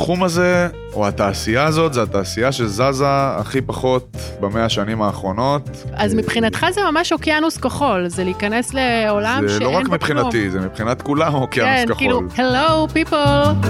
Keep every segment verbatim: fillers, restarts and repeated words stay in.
התחום הזה, או התעשייה הזאת, זה התעשייה שזזה הכי פחות במאה השנים האחרונות. אז מבחינתך זה ממש אוקיינוס כחול, זה להיכנס לעולם שאין בו כלום. זה לא רק מבחינתי, זה מבחינת כולם אוקיינוס כחול. כן, כאילו, hello people.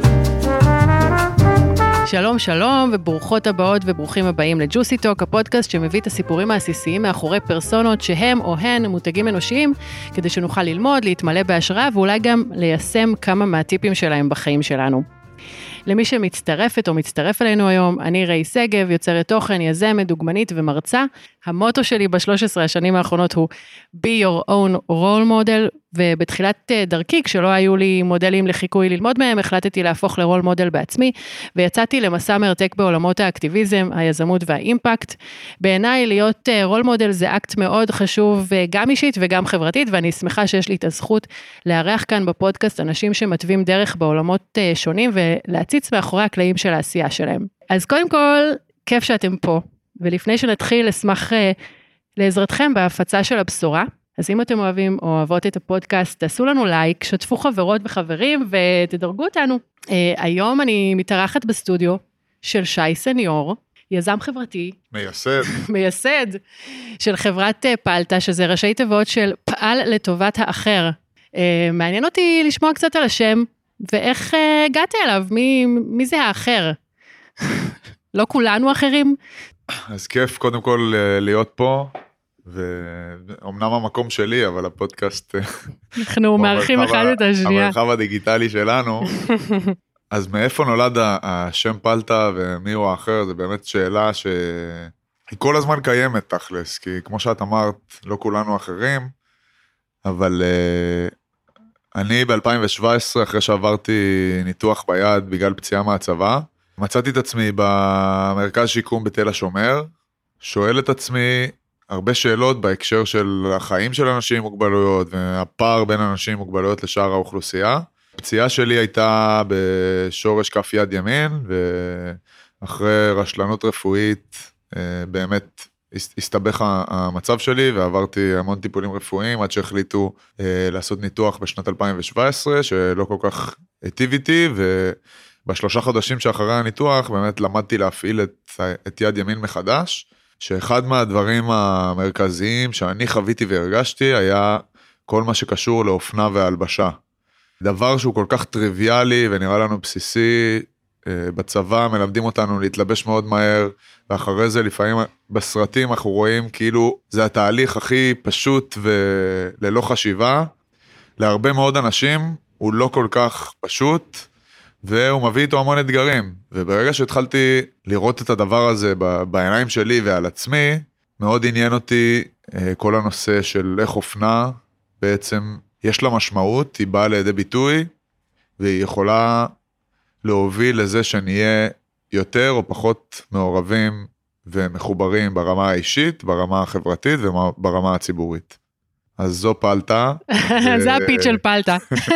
שלום שלום וברוכות הבאות וברוכים הבאים לג'וסי טוק, הפודקאסט שמביא את הסיפורים העסיסיים מאחורי פרסונות שהם או הן מותגים אנושיים, כדי שנוכל ללמוד, להתמלא בהשראה ואולי גם ליישם כמה מהטיפים שלהם בחיים שלנו. למי שמצטרפת או מצטרף אלינו היום, אני ראי סגב, יוצרת תוכן, יזמת, דוגמנית ומרצה. המוטו שלי ב-שלוש עשרה השנים האחרונות הוא be your own role model, ובתחילת דרכי, כשלא היו לי מודלים לחיקוי ללמוד מהם, החלטתי להפוך לרול מודל בעצמי, ויצאתי למסע מרתק בעולמות האקטיביזם, היזמות והאימפקט. בעיניי להיות רול מודל זה אקט מאוד חשוב, גם אישית וגם חברתית, ואני שמחה שיש לי את הזכות לארח כאן בפודקאסט אנשים שמתווים דרך בעולמות שונים, ולהציץ מאחורי הקלעים של העשייה שלהם. אז קודם כל, כיף שאתם פה, ולפני שנתחיל, אשמח לעזרתכם בהפצה של הבשורה. אז אם אתם אוהבים או אוהבות את הפודקאסט, תעשו לנו לייק, שתפו חברות וחברים ותדרגו אותנו. היום אני מתארחת בסטודיו של שי סניור, יזם חברתי. מייסד. מייסד של חברת פלטה, שזה ראשי תיבות של פעל לטובת האחר. מעניין אותי לשמוע קצת על השם, ואיך הגעת אליו, מי, מי זה האחר? לא כולנו אחרים? אז כיף קודם כל להיות פה. ואומנם המקום שלי, אבל הפודקאסט... אנחנו מארחים אחד את השנייה. המרחב הדיגיטלי שלנו. אז מאיפה נולד השם פלטה ומי הוא האחר? זה באמת שאלה שהיא כל הזמן קיימת תכלס, כי כמו שאת אמרת, לא כולנו אחרים, אבל אני ב-אלפיים שבע עשרה, אחרי שעברתי ניתוח ביד בגלל פציעה מהצבא, מצאתי את עצמי במרכז שיקום בתל השומר, שואל את עצמי, הרבה שאלות בהקשר של החיים של אנשים עם מוגבלויות, והפער בין אנשים עם מוגבלויות לשאר האוכלוסייה. הפציעה שלי הייתה בשורש כף יד ימין, ואחרי רשלנות רפואית, באמת הסתבך המצב שלי, ועברתי המון טיפולים רפואיים, עד שהחליטו לעשות ניתוח בשנת אלפיים שבע עשרה, שלא כל כך היטיב איתי, ובשלושה חודשים שאחרי הניתוח, באמת למדתי להפעיל את, את יד ימין מחדש, שאחד מהדברים המרכזיים שאני חוויתי והרגשתי היה כל מה שקשור לאופנה והלבשה. דבר שהוא כל כך טריוויאלי ונראה לנו בסיסי, בצבא מלמדים אותנו להתלבש מאוד מהר, ואחרי זה לפעמים בסרטים אנחנו רואים כאילו זה התהליך הכי פשוט וללא חשיבה, להרבה מאוד אנשים הוא לא כל כך פשוט, והוא מביא איתו המון אתגרים, וברגע שהתחלתי לראות את הדבר הזה בעיניים שלי ועל עצמי, מאוד עניין אותי כל הנושא של איך אופנה, בעצם יש לה משמעות, היא באה לידי ביטוי, והיא יכולה להוביל לזה שנהיה יותר או פחות מעורבים ומחוברים ברמה האישית, ברמה החברתית וברמה הציבורית. אז זו פלטה. זה הפיץ של פלטה.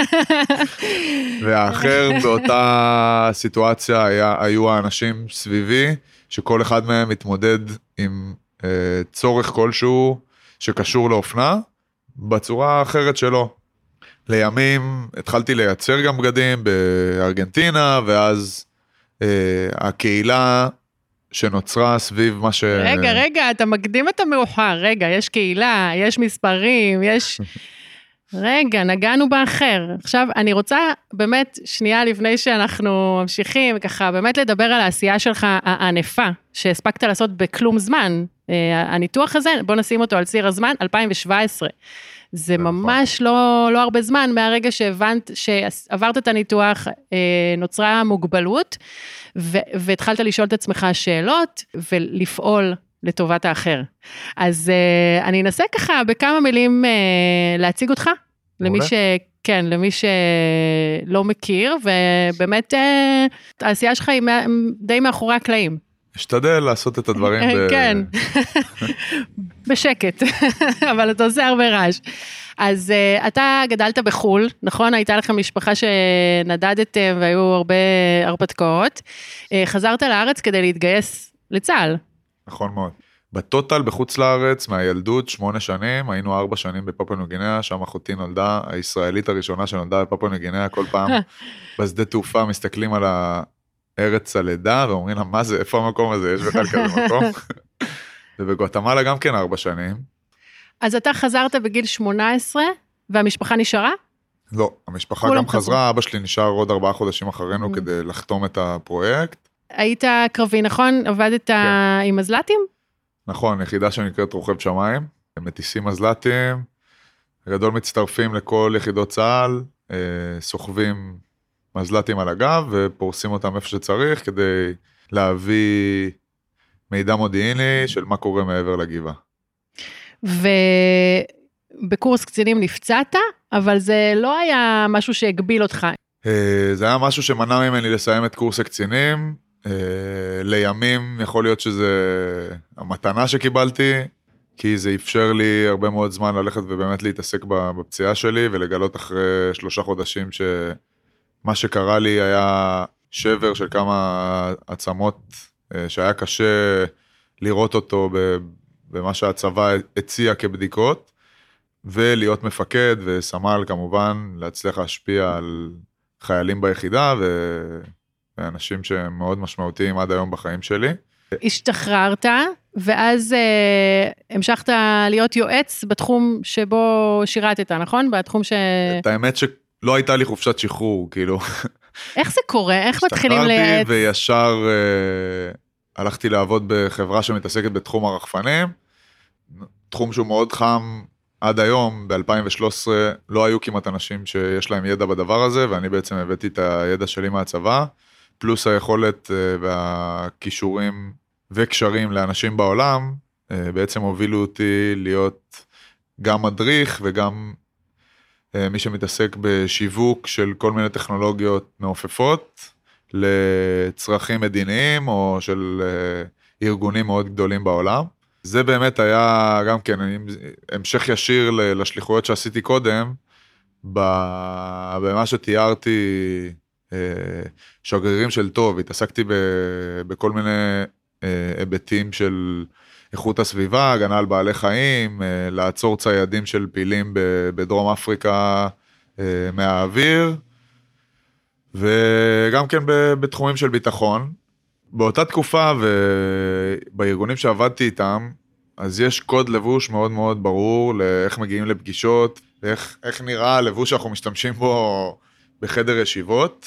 והאחר באותה סיטואציה היה, היו האנשים סביבי, שכל אחד מהם מתמודד עם אה, צורך כלשהו שקשור לאופנה, בצורה האחרת שלו. לימים התחלתי לייצר גם בגדים בארגנטינה, ואז אה, הקהילה שנוצרה סביב מה ש... רגע, רגע, אתה מקדים את המאוחר, רגע, יש קהילה, יש מספרים, יש... רגע, נגענו באחר. עכשיו, אני רוצה באמת, שנייה לפני שאנחנו ממשיכים, ככה, באמת לדבר על העשייה שלך הענפה, שהספקת לעשות בכלום זמן. הניתוח הזה, בוא נשים אותו על ציר הזמן, אלפיים שבע עשרה. זה ממש לא, לא הרבה זמן, מהרגע שהבנת, שעברת את הניתוח, נוצרה מוגבלות, והתחלת לשאול את עצמך שאלות, ולפעול לטובת האחר. אז אני אנסה ככה בכמה מילים להציג אותך, למי ש... כן, למי שלא מכיר, ובאמת העשייה שלך היא די מאחורי הקלעים. אשתדל לעשות את הדברים ב... כן, בשקט, אבל אתה עושה הרבה רעש. אז uh, אתה גדלת בחול, נכון? הייתה לך משפחה שנדדתם והיו הרבה הרפתקאות. Uh, חזרת לארץ כדי להתגייס לצה"ל. נכון מאוד. בטוטל בחוץ לארץ, מהילדות, שמונה שנים, היינו ארבע שנים בפפואה ניו גינאה, שם אחותי נולדה, הישראלית הראשונה שנולדה בפפואה ניו גינאה, כל פעם בשדה תעופה מסתכלים על ארץ הלידה, ואומרים לה, מה זה, איפה המקום הזה, יש בכלל כזה מקום. ובגואטמלה גם כן ארבע שנים. אז אתה חזרת בגיל שמונה עשרה, והמשפחה נשארה? לא, המשפחה גם חזרה, אבא שלי נשאר עוד ארבעה חודשים אחרינו כדי לחתום את הפרויקט. היית קרבי, נכון? עבדת עם מזל"טים? נכון, יחידה שנקראת רוכב שמיים, הם מטיסים מזל"טים, גדול מצטרפים לכל יחידות צה"ל, סוחבים מזל"טים על הגב, ופורסים אותם איפה שצריך, כדי להביא מידע מודיעיני של מה קורה מעבר לגבעה. ובקורס קצינים נפצעת, אבל זה לא היה משהו שהגביל אותך. זה היה משהו שמנע ממני לסיים את קורס הקצינים, לימים יכול להיות שזה המתנה שקיבלתי, כי זה אפשר לי הרבה מאוד זמן ללכת ובאמת להתעסק בפציעה שלי, ולגלות אחרי שלושה חודשים שמה שקרה לי היה שבר של כמה עצמות, שהיה קשה לראות אותו במה שהצבא הציע כבדיקות, ולהיות מפקד וסמל כמובן, להצליח להשפיע על חיילים ביחידה, ואנשים שהם מאוד משמעותיים עד היום בחיים שלי. השתחררת, ואז אה, המשכת להיות יועץ בתחום שבו שירתת, נכון? בתחום ש... את האמת שלא הייתה לי חופשת שחרור, כאילו. איך זה קורה? איך מתחילים לייעץ? השתחררתי וישר אה, הלכתי לעבוד בחברה שמתעסקת בתחום הרחפנים, תחום שהוא מאוד חם עד היום, ב-אלפיים ושלוש עשרה לא היו כמעט אנשים שיש להם ידע בדבר הזה, ואני בעצם הבאתי את הידע שלי מהצבא, פלוס היכולת והכישורים וקשרים לאנשים בעולם, בעצם הובילו אותי להיות גם מדריך וגם מי שמתעסק בשיווק של כל מיני טכנולוגיות מעופפות, לצרכים מדיניים או של ארגונים מאוד גדולים בעולם. זה באמת היה גם כן המשך ישיר לשליחויות שעשיתי קודם, במה שתיארתי שגרירים של טוב, התעסקתי בכל מיני היבטים של איכות הסביבה, הגנה על בעלי חיים, לעצור ציידים של פילים בדרום אפריקה מהאוויר, וגם כן בתחומים של ביטחון. באותה תקופה ובארגונים שעבדתי איתם, אז יש קוד לבוש מאוד מאוד ברור לאיך מגיעים לפגישות, איך, איך נראה הלבוש שאנחנו משתמשים בו בחדר ישיבות,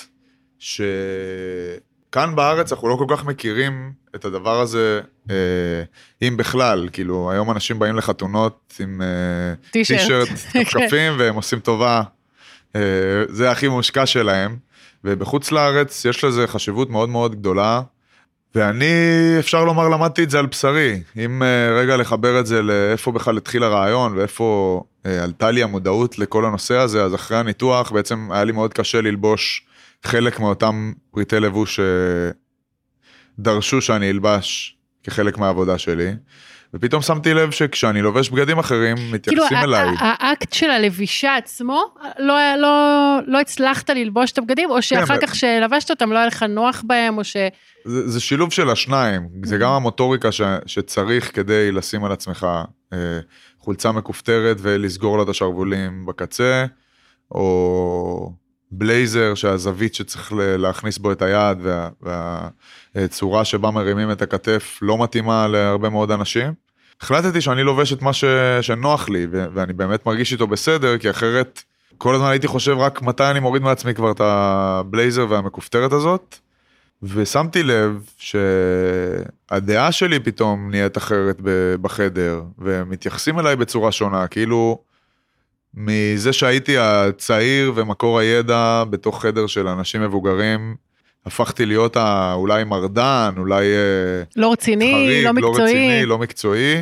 שכאן בארץ אנחנו לא כל כך מכירים את הדבר הזה, אם בכלל, כאילו היום אנשים באים לחתונות עם טישרט, כפכפים, והם עושים טובה, זה הכי מושקע שלהם, ובחוץ לארץ יש לזה חשיבות מאוד מאוד גדולה, ואני, אפשר לומר, למדתי את זה על בשרי. אם רגע לחבר את זה לאיפה בכלל התחיל הרעיון, ואיפה עלתה לי המודעות לכל הנושא הזה, אז אחרי הניתוח בעצם היה לי מאוד קשה ללבוש חלק מאותם פריטי לבוש שדרשו שאני אלבש כחלק מהעבודה שלי. ופתאום שמתי לב שכשאני לובש בגדים אחרים, מתייחסים כאילו, אליי. האקט של הלבישה עצמו, לא, לא, לא הצלחת ללבוש את הבגדים, או שאחר כך שלבשת אותם, לא היה לך נוח בהם, או ש... זה, זה שילוב של השניים, זה גם המוטוריקה ש, שצריך כדי לשים על עצמך אה, חולצה מקופטרת, ולסגור לה את השרוולים בקצה, או בלייזר שהזווית שצריך להכניס בו את היד, וה, והצורה שבה מרימים את הכתף לא מתאימה להרבה מאוד אנשים. החלטתי שאני לובש את מה ש, שנוח לי, ו, ואני באמת מרגיש איתו בסדר, כי אחרת כל הזמן הייתי חושב רק מתי אני מוריד מעצמי כבר את הבלייזר והמקופטרת הזאת, ושמתי לב שהדעה שלי פתאום נהיית אחרת בחדר, ומתייחסים אליי בצורה שונה, כאילו מזה שהייתי הצעיר ומקור הידע בתוך חדר של אנשים מבוגרים, הפכתי להיות אולי מרדן, אולי לא רציני, חריג, לא מקצועי. לא רציני, לא מקצועי,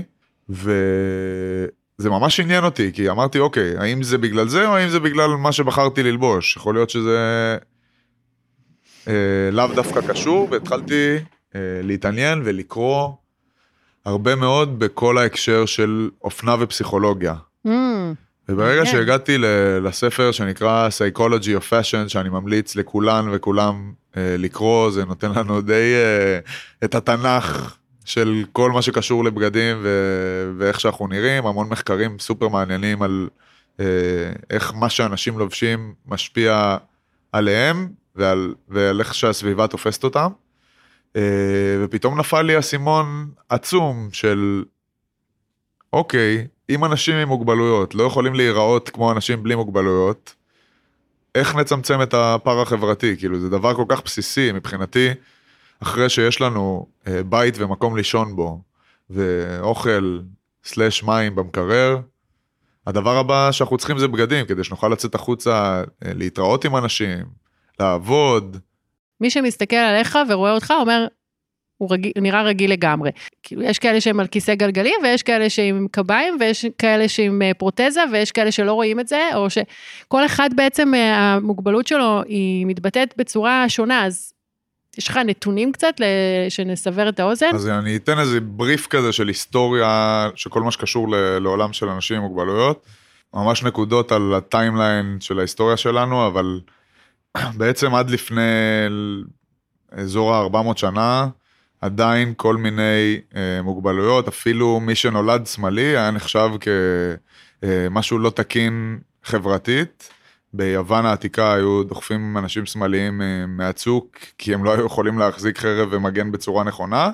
וזה ממש עניין אותי, כי אמרתי, אוקיי, האם זה בגלל זה, או האם זה בגלל מה שבחרתי ללבוש? יכול להיות שזה אה, לאו דווקא קשור, והתחלתי אה, להתעניין ולקרוא הרבה מאוד בכל ההקשר של אופנה ופסיכולוגיה. Mm. וברגע שהגעתי לספר שנקרא Psychology of Fashion, שאני ממליץ לכולן וכולם לקרוא, זה נותן לנו די את התנ"ך של כל מה שקשור לבגדים ואיך שאנחנו נראים, המון מחקרים סופר מעניינים על איך מה שאנשים לובשים משפיע עליהם, ועל, ועל איך שהסביבה תופסת אותם, ופתאום נפל לי הסימון עצום של, אוקיי, אם אנשים עם מוגבלויות לא יכולים להיראות כמו אנשים בלי מוגבלויות, איך נצמצם את הפער החברתי? כאילו, זה דבר כל כך בסיסי מבחינתי, אחרי שיש לנו בית ומקום לישון בו, ואוכל סלש מים במקרר, הדבר הבא שאנחנו צריכים זה בגדים, כדי שנוכל לצאת החוצה, להתראות עם אנשים, לעבוד. מי שמסתכל עליך ורואה אותך אומר, הוא רגיל, נראה רגיל לגמרי. כאילו, יש כאלה שהם על כיסא גלגלים, ויש כאלה שהם קביים, ויש כאלה שהם פרוטזה, ויש כאלה שלא רואים את זה, או שכל אחד בעצם, המוגבלות שלו היא מתבטאת בצורה שונה, אז יש לך נתונים קצת שנסבר את האוזן? אז אני אתן איזה בריף כזה של היסטוריה, שכל מה שקשור לעולם של אנשים עם מוגבלויות, ממש נקודות על הטיימליין של ההיסטוריה שלנו, אבל בעצם עד לפני אזור ה-ארבע מאות שנה, עדיין כל מיני אה, מוגבלויות, אפילו מי שנולד שמאלי, היה נחשב כמשהו לא תקין חברתית. ביוון העתיקה היו דוחפים אנשים שמאליים אה, מהצוק, כי הם לא היו יכולים להחזיק חרב ומגן בצורה נכונה.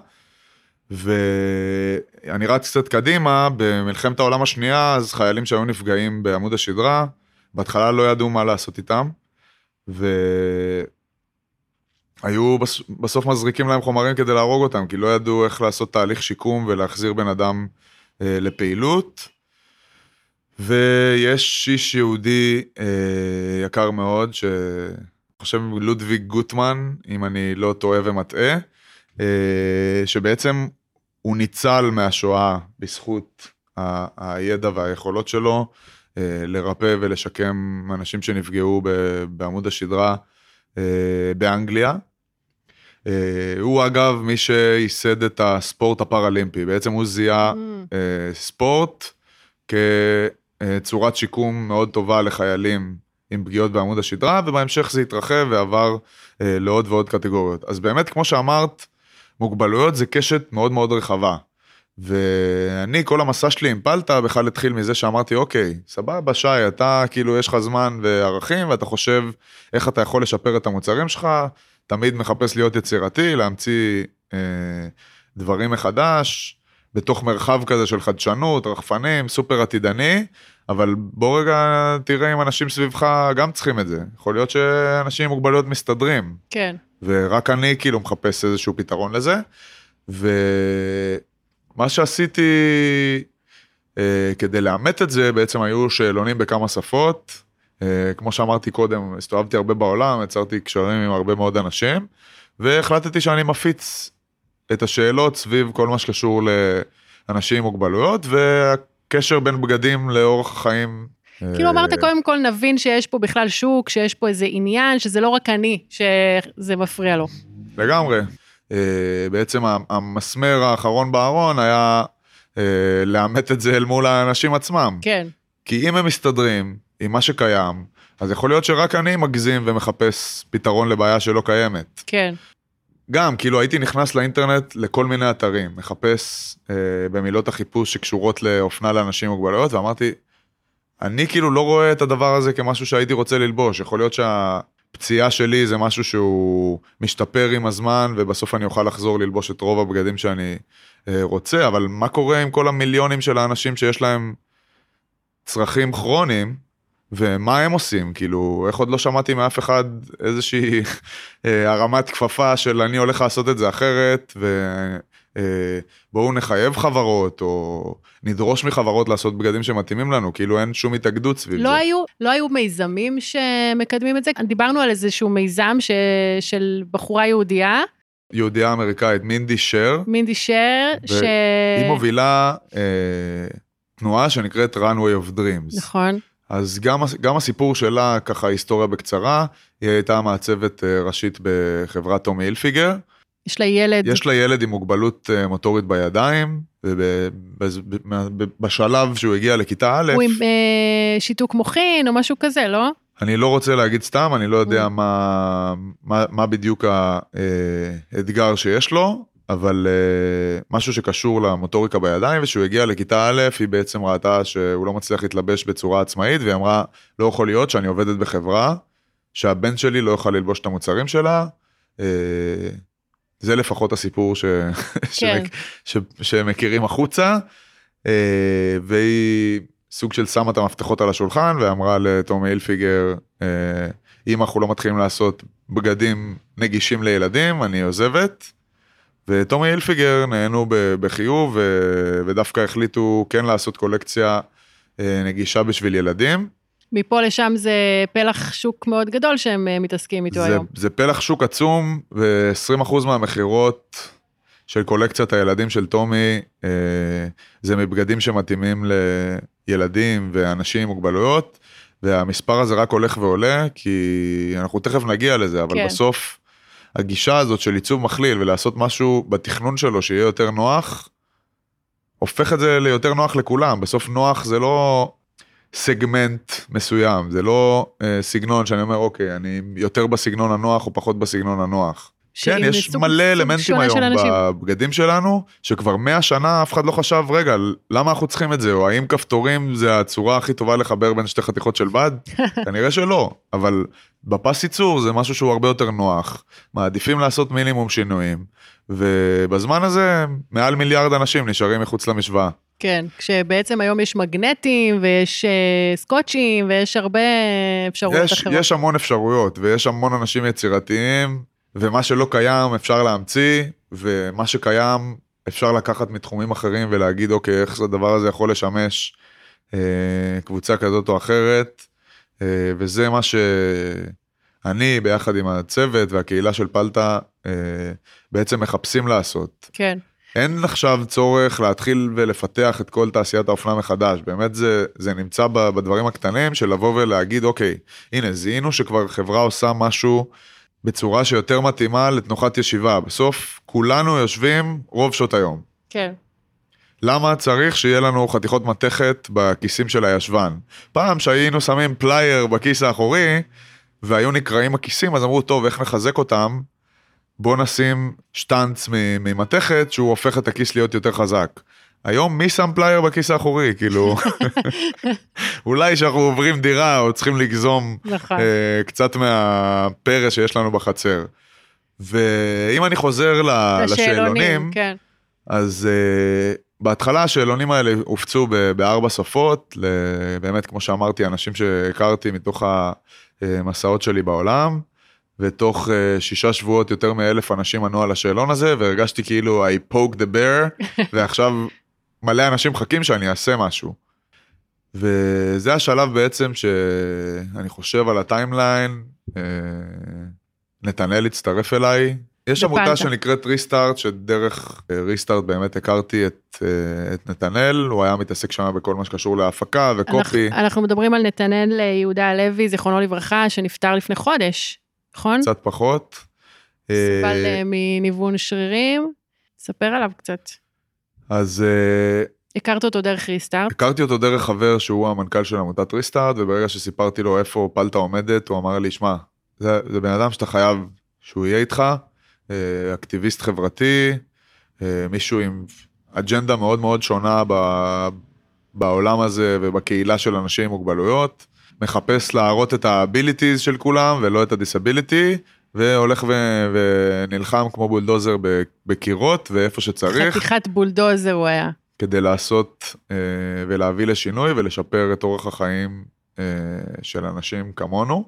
ואני רץ קצת קדימה, במלחמת העולם השנייה, אז חיילים שהיו נפגעים בעמוד השדרה, בהתחלה לא ידעו מה לעשות איתם, ו... היו בסוף מזריקים להם חומרים כדי להרוג אותם, כי לא ידעו איך לעשות תהליך שיקום ולהחזיר בן אדם אה, לפעילות. ויש איש יהודי אה, יקר מאוד, שחושב לודוויג גוטמן, אם אני לא טועה ומטעה, אה, שבעצם הוא ניצל מהשואה בזכות ה- הידע והיכולות שלו, אה, לרפא ולשקם אנשים שנפגעו ב- בעמוד השדרה אה, באנגליה. Uh, הוא אגב מי שייסד את הספורט הפראלימפי, בעצם הוא זיהה mm. uh, ספורט כצורת שיקום מאוד טובה לחיילים עם פגיעות בעמוד השדרה, ובהמשך זה התרחב ועבר uh, לעוד ועוד קטגוריות. אז באמת כמו שאמרת, מוגבלויות זה קשת מאוד מאוד רחבה, ואני כל המסע שלי עם פלטה בכלל התחיל מזה שאמרתי אוקיי, סבבה שי, אתה כאילו יש לך זמן וערכים, ואתה חושב איך אתה יכול לשפר את המוצרים שלך, תמיד מחפש להיות יצירתי, להמציא אה, דברים מחדש, בתוך מרחב כזה של חדשנות, רחפנים, סופר עתידני, אבל בוא רגע תראה אם אנשים סביבך גם צריכים את זה. יכול להיות שאנשים עם מוגבלויות מסתדרים. כן. ורק אני כאילו מחפש איזשהו פתרון לזה, ומה שעשיתי אה, כדי לאמת את זה, בעצם היו שאלונים בכמה שפות, כמו שאמרתי קודם, הסתובבתי הרבה בעולם, יצרתי קשרים עם הרבה מאוד אנשים, והחלטתי שאני מפיץ את השאלות סביב כל מה שקשור לאנשים עם מוגבלויות, והקשר בין בגדים לאורח החיים. כאילו אמרת קודם כל נבין שיש פה בכלל שוק, שיש פה איזה עניין, שזה לא רק אני, שזה מפריע לו. לגמרי. בעצם המסמר האחרון בארון היה לאמת את זה אל מול האנשים עצמם. כן. כי אם הם מסתדרים, עם מה שקיים, אז יכול להיות שרק אני מגזים ומחפש פתרון לבעיה שלא קיימת. כן. גם, כאילו הייתי נכנס לאינטרנט לכל מיני אתרים, מחפש אה, במילות החיפוש שקשורות לאופנה לאנשים מוגבלויות, ואמרתי, אני כאילו לא רואה את הדבר הזה כמשהו שהייתי רוצה ללבוש, יכול להיות שהפציעה שלי זה משהו שהוא משתפר עם הזמן, ובסוף אני אוכל לחזור ללבוש את רוב הבגדים שאני אה, רוצה, אבל מה קורה עם כל המיליונים של האנשים שיש להם צרכים כרוניים, ומה הם עושים? כאילו, איך עוד לא שמעתי מאף אחד איזושהי הרמת כפפה של אני הולך לעשות את זה אחרת, ובואו נחייב חברות, או נדרוש מחברות לעשות בגדים שמתאימים לנו, כאילו אין שום התאגדות סביב לא זה. היו, לא היו מיזמים שמקדמים את זה? דיברנו על איזשהו מיזם ש... של בחורה יהודייה. יהודייה אמריקאית, מינדי שר. מינדי שר, ש... היא מובילה אה, תנועה שנקראת Runway of Dreams. נכון. אז גם, גם הסיפור שלה, ככה היסטוריה בקצרה, היא הייתה מעצבת ראשית בחברת טומי הילפיגר. יש לה ילד. יש לה ילד עם מוגבלות מוטורית בידיים, ובשלב שהוא הגיע לכיתה א', הוא עם אה, שיתוק מוחין או משהו כזה, לא? אני לא רוצה להגיד סתם, אני לא יודע מה, מה, מה בדיוק האתגר שיש לו, אבל uh, משהו שקשור למוטוריקה בידיים, ושהוא הגיע לכיתה א', היא בעצם ראתה שהוא לא מצליח להתלבש בצורה עצמאית, והיא אמרה, לא יכול להיות שאני עובדת בחברה, שהבן שלי לא יוכל ללבוש את המוצרים שלה, זה לפחות הסיפור ש... כן. ש... שמכירים החוצה, והיא סוג של שמה את המפתחות על השולחן, ואמרה לתומי הילפיגר, אם אנחנו לא מתחילים לעשות בגדים נגישים לילדים, אני עוזבת, ותומי הילפיגר נהנו בחיוב, ודווקא החליטו כן לעשות קולקציה נגישה בשביל ילדים. מפה לשם זה פלח שוק מאוד גדול שהם מתעסקים איתו זה, היום. זה פלח שוק עצום, ו-עשרים אחוז מהמחירות של קולקציית הילדים של תומי, זה מבגדים שמתאימים לילדים ואנשים עם מוגבלויות, והמספר הזה רק הולך ועולה, כי אנחנו תכף נגיע לזה, אבל כן. בסוף הגישה הזאת של עיצוב מכליל, ולעשות משהו בתכנון שלו שיהיה יותר נוח, הופך את זה ליותר נוח לכולם. בסוף נוח זה לא סגמנט מסוים, זה לא אה, סגנון שאני אומר, אוקיי, אני יותר בסגנון הנוח או פחות בסגנון הנוח. כן, יש סוג, מלא סוג אלמנטים היום בבגדים שלנו, שכבר מאה שנה אף אחד לא חשב, רגע, למה אנחנו צריכים את זה? או האם כפתורים זה הצורה הכי טובה לחבר בין שתי חתיכות של בד? כנראה שלא, אבל בפס ייצור זה משהו שהוא הרבה יותר נוח, מעדיפים לעשות מינימום שינויים, ובזמן הזה מעל מיליארד אנשים נשארים מחוץ למשוואה. כן, כשבעצם היום יש מגנטים, ויש uh, סקוטשים, ויש הרבה אפשרויות יש, אחרות. יש המון אפשרויות, ויש המון אנשים יצירתיים, ומה שלא קיים אפשר להמציא, ומה שקיים אפשר לקחת מתחומים אחרים, ולהגיד, אוקיי, איך הדבר הזה יכול לשמש אה, קבוצה כזאת או אחרת, אה, וזה מה שאני, ביחד עם הצוות והקהילה של פלטה, אה, בעצם מחפשים לעשות. כן. אין עכשיו צורך להתחיל ולפתח את כל תעשיית האופנה מחדש, באמת זה, זה נמצא בדברים הקטנים, של לבוא ולהגיד, אוקיי, הנה, זיהינו שכבר חברה עושה משהו, בצורה שיותר מתאימה לתנוחת ישיבה. בסוף כולנו יושבים רוב שעות היום. כן. למה צריך שיהיה לנו חתיכות מתכת בכיסים של הישבן? פעם שהיינו שמים פלייר בכיס האחורי, והיו נקראים הכיסים, אז אמרו, טוב, איך נחזק אותם? בוא נשים שטנץ ממתכת, שהוא הופך את הכיס להיות יותר חזק. היום מי שם פלייר בכיס האחורי? כאילו, אולי שאנחנו עוברים דירה, או צריכים לגזום uh, קצת מהפרס שיש לנו בחצר. ואם אני חוזר לשאלונים, כן. אז uh, בהתחלה השאלונים האלה הופצו בארבע שפות, באמת כמו שאמרתי, אנשים שהכרתי מתוך המסעות שלי בעולם, ותוך uh, שישה שבועות יותר מאלף אנשים ענו על השאלון הזה, והרגשתי כאילו I poke the bear, ועכשיו מלא אנשים חכים שאני אעשה משהו. וזה השלב בעצם שאני חושב על הטיימליין, אה, נתנאל הצטרף אליי, יש עמותה שנקראת ריסטארט, שדרך ריסטארט באמת הכרתי את, את נתנאל, הוא היה מתעסק שם בכל מה שקשור להפקה וקופי. אנחנו, אנחנו מדברים על נתנאל יהודה הלוי, זיכרונו לברכה, שנפטר לפני חודש, נכון? קצת פחות. סבל מניוון שרירים, ספר עליו קצת. אז... הכרת אותו דרך ריסטארט? הכרתי אותו דרך חבר שהוא המנכ"ל של עמותת ריסטארט, וברגע שסיפרתי לו איפה פלטה עומדת, הוא אמר לי, שמע, זה, זה בן אדם שאתה חייב שהוא יהיה איתך, אקטיביסט חברתי, מישהו עם אג'נדה מאוד מאוד שונה בעולם הזה ובקהילה של אנשים עם מוגבלויות, מחפש להראות את ה-abilities של כולם ולא את ה-disability, והולך ו- ונלחם כמו בולדוזר בקירות ואיפה שצריך. חתיכת בולדוזר הוא היה. כדי לעשות ולהביא לשינוי ולשפר את אורח החיים של אנשים כמונו.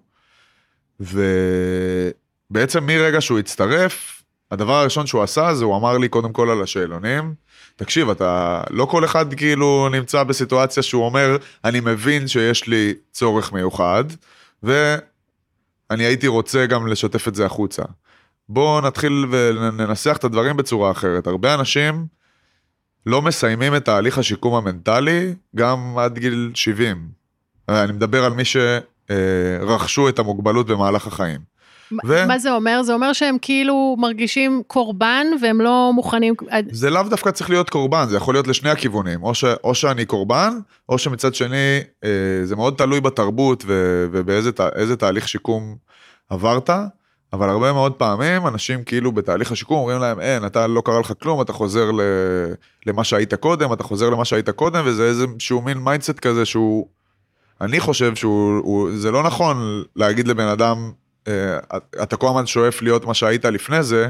ובעצם מרגע שהוא הצטרף, הדבר הראשון שהוא עשה זה הוא אמר לי קודם כל על השאלונים, תקשיב, אתה לא כל אחד כאילו נמצא בסיטואציה שהוא אומר, אני מבין שיש לי צורך מיוחד, ואני הייתי רוצה גם לשתף את זה החוצה. בואו נתחיל וננסח את הדברים בצורה אחרת. הרבה אנשים לא מסיימים את תהליך השיקום המנטלי, גם עד גיל שבעים. אני מדבר על מי שרכשו את המוגבלות במהלך החיים. ו... מה זה אומר? זה אומר שהם כאילו מרגישים קורבן, והם לא מוכנים... זה לאו דווקא צריך להיות קורבן, זה יכול להיות לשני הכיוונים, או, ש... או שאני קורבן, או שמצד שני, זה מאוד תלוי בתרבות, ו... ובאיזה ת... איזה תהליך שיקום עברת, אבל הרבה מאוד פעמים, אנשים כאילו בתהליך השיקום, אומרים להם, אין, אתה לא קרה לך כלום, אתה חוזר ל... למה שהיית קודם, אתה חוזר למה שהיית קודם, וזה איזשהו מין מיינדסט כזה, שהוא... אני חושב שזה לא נכון להגיד לבן אדם, אתה כל הזמן שואף להיות מה שהיית לפני זה,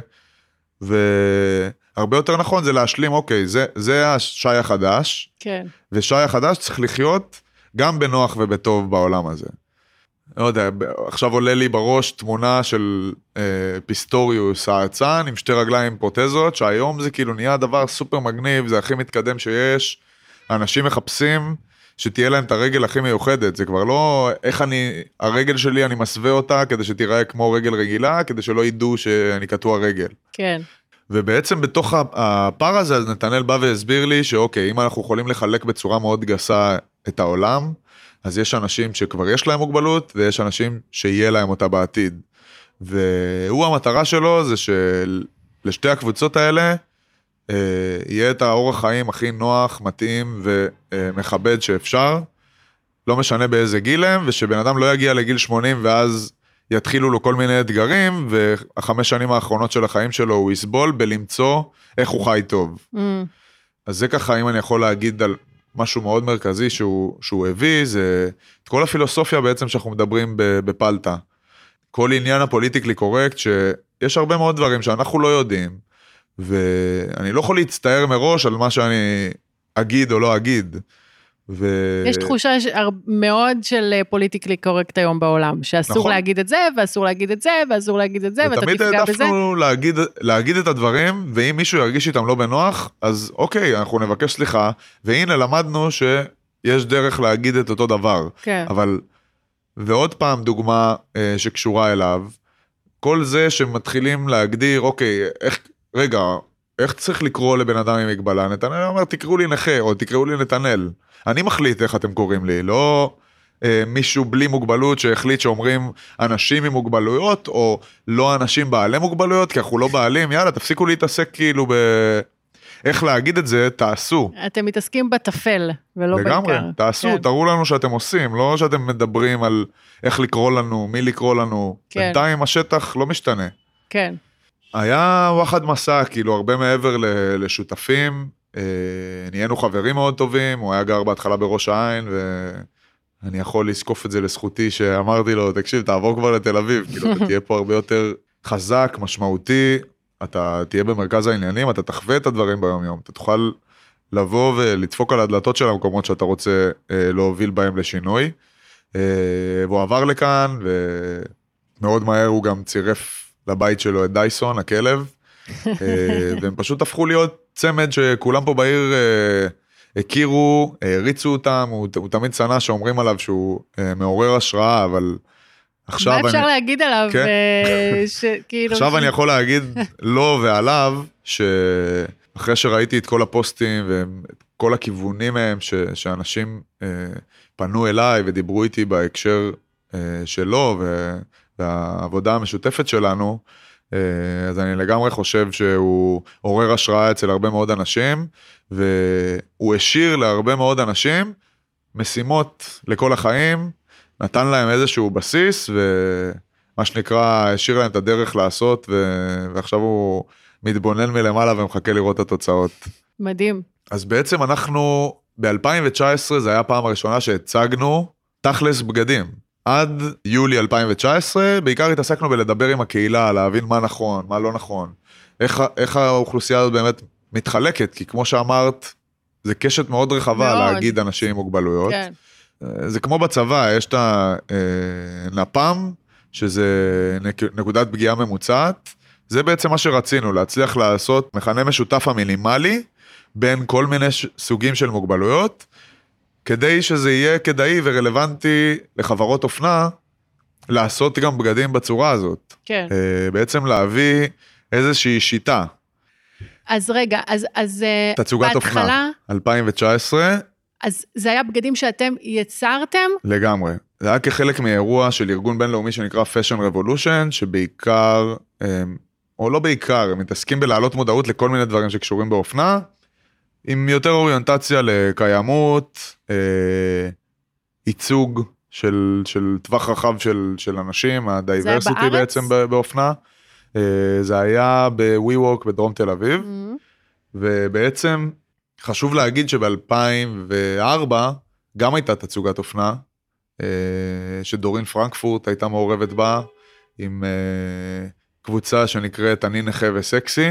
והרבה יותר נכון זה להשלים, אוקיי, זה, זה השי החדש, כן. ושי החדש צריך לחיות גם בנוח ובטוב בעולם הזה. לא יודע, עכשיו עולה לי בראש תמונה של אה, פיסטוריוס האצן, עם שתי רגליים פרוטזות, שהיום זה כאילו נהיה דבר סופר מגניב, זה הכי מתקדם שיש, אנשים מחפשים שתהיה להם את הרגל הכי מיוחדת, זה כבר לא איך אני, הרגל שלי אני מסווה אותה, כדי שתיראה כמו רגל רגילה, כדי שלא ידעו שאני קטוע רגל. כן. ובעצם בתוך הפער הזה, אז נתנאל בא והסביר לי, שאוקיי, אם אנחנו יכולים לחלק בצורה מאוד גסה את העולם, אז יש אנשים שכבר יש להם מוגבלות, ויש אנשים שיהיה להם אותה בעתיד. והוא המטרה שלו, זה שלשתי הקבוצות האלה, יהיה את האורח חיים הכי נוח, מתאים ומכבד שאפשר, לא משנה באיזה גיל הם, ושבן אדם לא יגיע לגיל שמונים, ואז יתחילו לו כל מיני אתגרים, והחמש שנים האחרונות של החיים שלו, הוא יסבול בלמצוא איך הוא חי טוב. Mm. אז זה ככה, אם אני יכול להגיד על משהו מאוד מרכזי שהוא, שהוא הביא, זה את כל הפילוסופיה בעצם שאנחנו מדברים בפלטה. כל עניין הפוליטיקלי קורקט, שיש הרבה מאוד דברים שאנחנו לא יודעים, ואני לא יכול להצטער מראש על מה שאני אגיד או לא אגיד. ו... יש תחושה מאוד של פוליטיקלי קורקט היום בעולם, שאסור נכון. להגיד את זה, ואסור להגיד את זה, ואסור להגיד את זה, ואתה תפגע בזה. ותמיד העדפנו להגיד, להגיד את הדברים, ואם מישהו ירגיש איתם לא בנוח, אז אוקיי, אנחנו נבקש סליחה, והנה למדנו שיש דרך להגיד את אותו דבר. כן. אבל, ועוד פעם דוגמה אה, שקשורה אליו, כל זה שמתחילים להגדיר, אוקיי, איך, רגע, איך צריך לקרוא לבן אדם עם מגבלה? נתנאל אומר, תקראו לי נכה, או תקראו לי נתנאל. אני מחליט איך אתם קוראים לי, לא אה, מישהו בלי מוגבלות שהחליט שאומרים אנשים עם מוגבלויות, או לא אנשים בעלי מוגבלויות, כי אנחנו לא בעלים, יאללה, תפסיקו להתעסק כאילו ב... איך להגיד את זה, תעשו. אתם מתעסקים בתפל, ולא בעיקר. לגמרי, תעשו, כן. תראו לנו שאתם עושים, לא שאתם מדברים על איך לקרוא לנו, מי לקרוא לנו. כן. בינתיים השטח לא משתנה. כן. היה וואחד מסע, כאילו הרבה מעבר לשותפים, נהיינו חברים מאוד טובים, הוא היה גר בהתחלה בראש העין, ואני יכול לזקוף את זה לזכותי, שאמרתי לו, תקשיב, תעבור כבר לתל אביב, כאילו אתה תהיה פה הרבה יותר חזק, משמעותי, אתה תהיה במרכז העניינים, אתה תחווה את הדברים ביום יום, אתה תוכל לבוא ולדפוק על הדלתות של המקומות שאתה רוצה להוביל בהם לשינוי, והוא עבר לכאן, ומאוד מהר הוא גם צירף לבית שלו את דייסון, הכלב, והם פשוט הפכו להיות צמד שכולם פה בעיר הכירו, הריצו אותם, הוא, הוא תמיד צנע שאומרים עליו שהוא מעורר השראה, אבל עכשיו... מה אפשר אני... להגיד עליו? כן? ש... כאילו עכשיו ש... אני יכול להגיד לו ועליו, שאחרי שראיתי את כל הפוסטים ואת כל הכיוונים מהם, ש... שאנשים אה, פנו אליי ודיברו איתי בהקשר אה, שלו, ו... והעבודה המשותפת שלנו, אז אני לגמרי חושב שהוא עורר השראה אצל הרבה מאוד אנשים, והוא השאיר להרבה מאוד אנשים משימות לכל החיים, נתן להם איזשהו בסיס, ומה שנקרא, השאיר להם את הדרך לעשות, ועכשיו הוא מתבונן מלמעלה ומחכה לראות את התוצאות. מדהים. אז בעצם אנחנו, ב-אלפיים תשע עשרה, זה היה הפעם הראשונה שהצגנו תכלס בגדים. עד יולי אלפיים תשע עשרה, בעיקר התעסקנו בלדבר עם הקהילה, להבין מה נכון, מה לא נכון, איך, איך האוכלוסייה הזאת באמת מתחלקת, כי כמו שאמרת, זה קשת מאוד רחבה מאוד. להגיד אנשים עם מוגבלויות. כן. זה כמו בצבא, יש את הנפ"ם, שזה נקודת פגיעה ממוצעת, זה בעצם מה שרצינו, להצליח לעשות מכנה משותף המינימלי, בין כל מיני סוגים של מוגבלויות, כדי שזה יהיה כדאי ורלוונטי לחברות אופנה, לעשות גם בגדים בצורה הזאת. כן. בעצם להביא איזושהי שיטה. אז רגע, אז, אז תצוגת אופנה, אלפיים תשע עשרה. אז זה היה בגדים שאתם יצרתם? לגמרי. זה היה כחלק מאירוע של ארגון בינלאומי שנקרא Fashion Revolution, שבעיקר, או לא בעיקר, הם מתעסקים בלהעלות מודעות לכל מיני דברים שקשורים באופנה, עם יותר אוריינטציה לקיימות, אה, ייצוג של, של טווח רחב של, של אנשים, הדייברסיטי בעצם באופנה. אה, זה היה ב-WeWork בדרום תל אביב, mm-hmm. ובעצם חשוב להגיד שב-אלפיים וארבע גם הייתה תצוגת אופנה, שדורין פרנקפורט הייתה מעורבת בה, עם קבוצה שנקראת אני נכה וסקסי,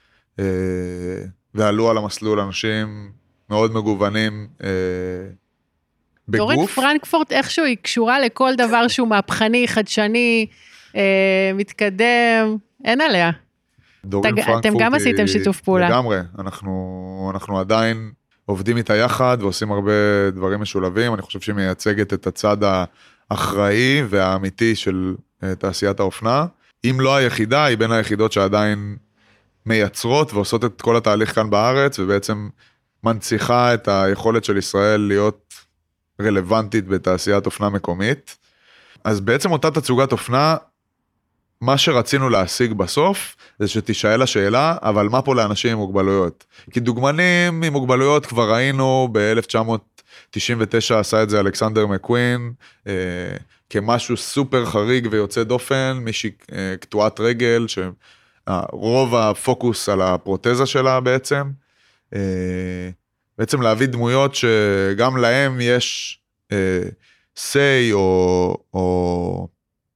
ועלו על המסלול אנשים מאוד מגוונים בגוף. דורין פרנקפורט איכשהו היא קשורה לכל דבר שהוא מהפכני, חדשני, מתקדם, אין עליה. דורין פרנקפורט אתם גם עשיתם שיתוף פעולה. לגמרי, אנחנו, אנחנו עדיין עובדים איתה יחד, ועושים הרבה דברים משולבים, אני חושב שהיא מייצגת את הצד האחראי והאמיתי של תעשיית האופנה, אם לא היחידה, היא בין היחידות שעדיין מייצרות, ועושות את כל התהליך כאן בארץ, ובעצם מנציחה את היכולת של ישראל להיות רלוונטית בתעשיית אופנה מקומית. אז בעצם אותה תצוגת אופנה, מה שרצינו להשיג בסוף, זה שתשאל השאלה, אבל מה פה לאנשים עם מוגבלויות? כי דוגמנים עם מוגבלויות כבר ראינו, ב-אלף תשע מאות תשעים ותשע עשה את זה אלכסנדר מקווין, אה, כמשהו סופר חריג ויוצא דופן, מישהי אה, קטועת רגל, שרוב הפוקוס על הפרוטזה שלה בעצם, אה, בעצם להביא דמויות שגם להם יש אה, say או... או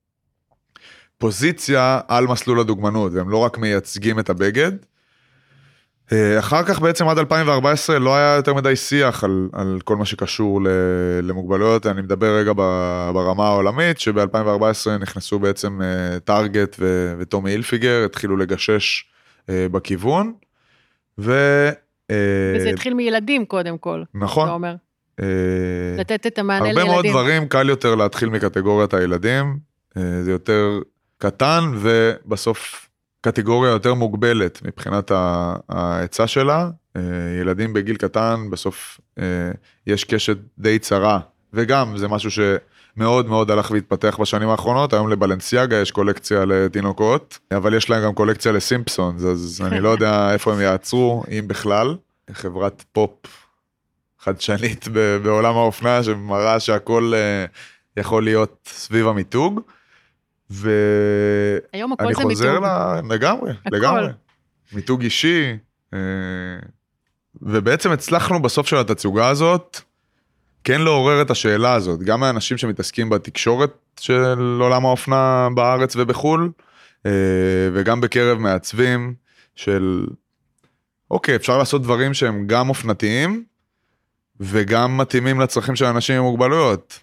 פוזיציה על מסלול הדוגמנות, והם לא רק מייצגים את הבגד. אחר כך בעצם עד אלפיים וארבע עשרה לא היה יותר מדי שיח על, על כל מה שקשור למוגבלויות, אני מדבר רגע ברמה העולמית, שב-אלפיים וארבע עשרה נכנסו בעצם טארגט ו- וטומי הילפיגר, התחילו לגשש בכיוון, ו... וזה התחיל מילדים קודם כל. נכון. אתה אומר. לתת את המענה הרבה לילדים. מאוד דברים, קל יותר להתחיל מקטגוריית הילדים, זה יותר קטן, ובסוף קטגוריה יותר מוגבלת מבחינת ההיצע שלה. ילדים בגיל קטן, בסוף יש קשת די צרה, וגם זה משהו שמאוד מאוד הלך והתפתח בשנים האחרונות. היום לבלנסיאגה יש קולקציה לתינוקות, אבל יש להם גם קולקציה לסימפסונס, אז אני לא יודע איפה הם יעצרו, אם בכלל. חברת פופ חדשנית בעולם האופנה, שמראה שהכל יכול להיות סביב המיתוג. ואני חוזר לה... לגמרי, לגמרי. מיתוג אישי, ובעצם הצלחנו בסוף של התצוגה הזאת, כן לעורר את השאלה הזאת, גם האנשים שמתעסקים בתקשורת של עולם האופנה בארץ ובחול, וגם בקרב מעצבים של, אוקיי, אפשר לעשות דברים שהם גם אופנתיים, וגם מתאימים לצרכים של אנשים עם מוגבלויות.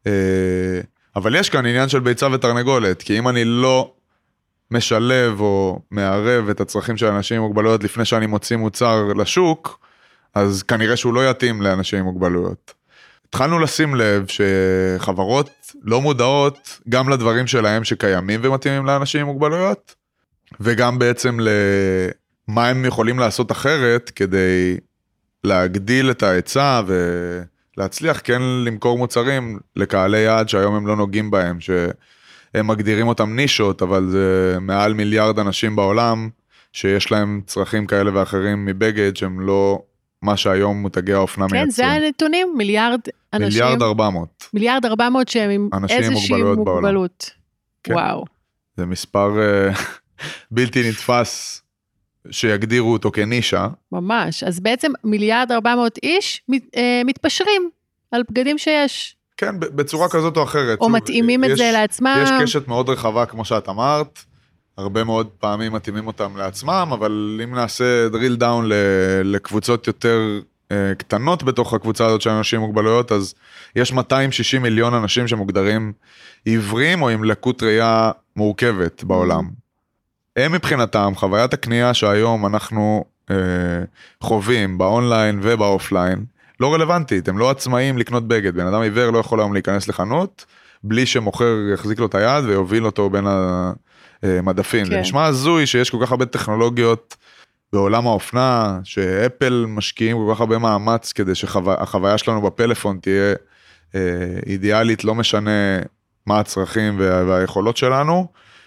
אבל יש כאן עניין של ביצה ותרנגולת, כי אם אני לא משלב או מערב את הצרכים של אנשים עם מוגבלויות לפני שאני מוציא מוצר לשוק, אז כנראה שהוא לא יתאים לאנשים עם מוגבלויות. התחלנו לשים לב שחברות לא מודעות גם לדברים שלהם שקיימים ומתאימים לאנשים עם מוגבלויות, וגם בעצם למה הם יכולים לעשות אחרת כדי להגדיל את ההיצע ו... להצליח כן למכור מוצרים לקהלי יעד שהיום הם לא נוגעים בהם, שהם מגדירים אותם נישות, אבל זה מעל מיליארד אנשים בעולם, שיש להם צרכים כאלה ואחרים מבגד, שהם לא מה שהיום מותגי האופנה מייצרים. כן, זה הנתונים, מיליארד אנשים. מיליארד ארבע מאות. מיליארד ארבע מאות שהם עם איזושהי מוגבלות. כן. וואו. זה מספר בלתי נתפס, שיגדירו אותו כנישה. ממש, אז בעצם מיליארד ארבע מאות איש מתפשרים על בגדים שיש. כן, בצורה כזאת או אחרת. או מתאימים את זה לעצמם. יש קשת מאוד רחבה, כמו שאת אמרת, הרבה מאוד פעמים מתאימים אותם לעצמם, אבל אם נעשה drill down לקבוצות יותר קטנות בתוך הקבוצה הזאת של אנשים עם מוגבלויות, אז יש מאתיים ושישים מיליון אנשים שמוגדרים עיוורים או עם לקות ראייה מורכבת בעולם. הם מבחינתם, חוויית הקנייה שהיום אנחנו אה, חווים באונליין ובאופליין, לא רלוונטית, הם לא עצמאים לקנות בגד, בן אדם עיוור לא יכול היום להיכנס לחנות, בלי שמוכר יחזיק לו את היד ויוביל אותו בין המדפים. כן. זה נשמע הזוי שיש כל כך הרבה טכנולוגיות בעולם האופנה, שאפל משקיעים כל כך הרבה מאמץ, כדי שהחוויה שלנו בפלאפון תהיה אה, אידיאלית, לא משנה מה הצרכים וה, והיכולות שלנו,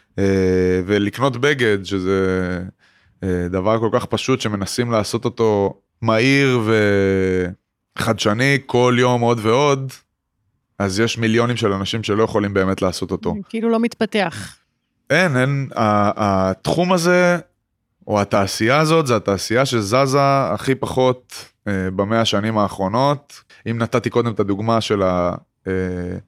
ולקנות בגד, שזה דבר כל כך פשוט, שמנסים לעשות אותו מהיר וחדשני, כל יום עוד ועוד, אז יש מיליונים של אנשים שלא יכולים באמת לעשות אותו. כאילו לא מתפתח. אין, אין, התחום הזה, או התעשייה הזאת, זה התעשייה שזזה הכי פחות במאה השנים האחרונות. אם נתתי קודם את הדוגמה של ה...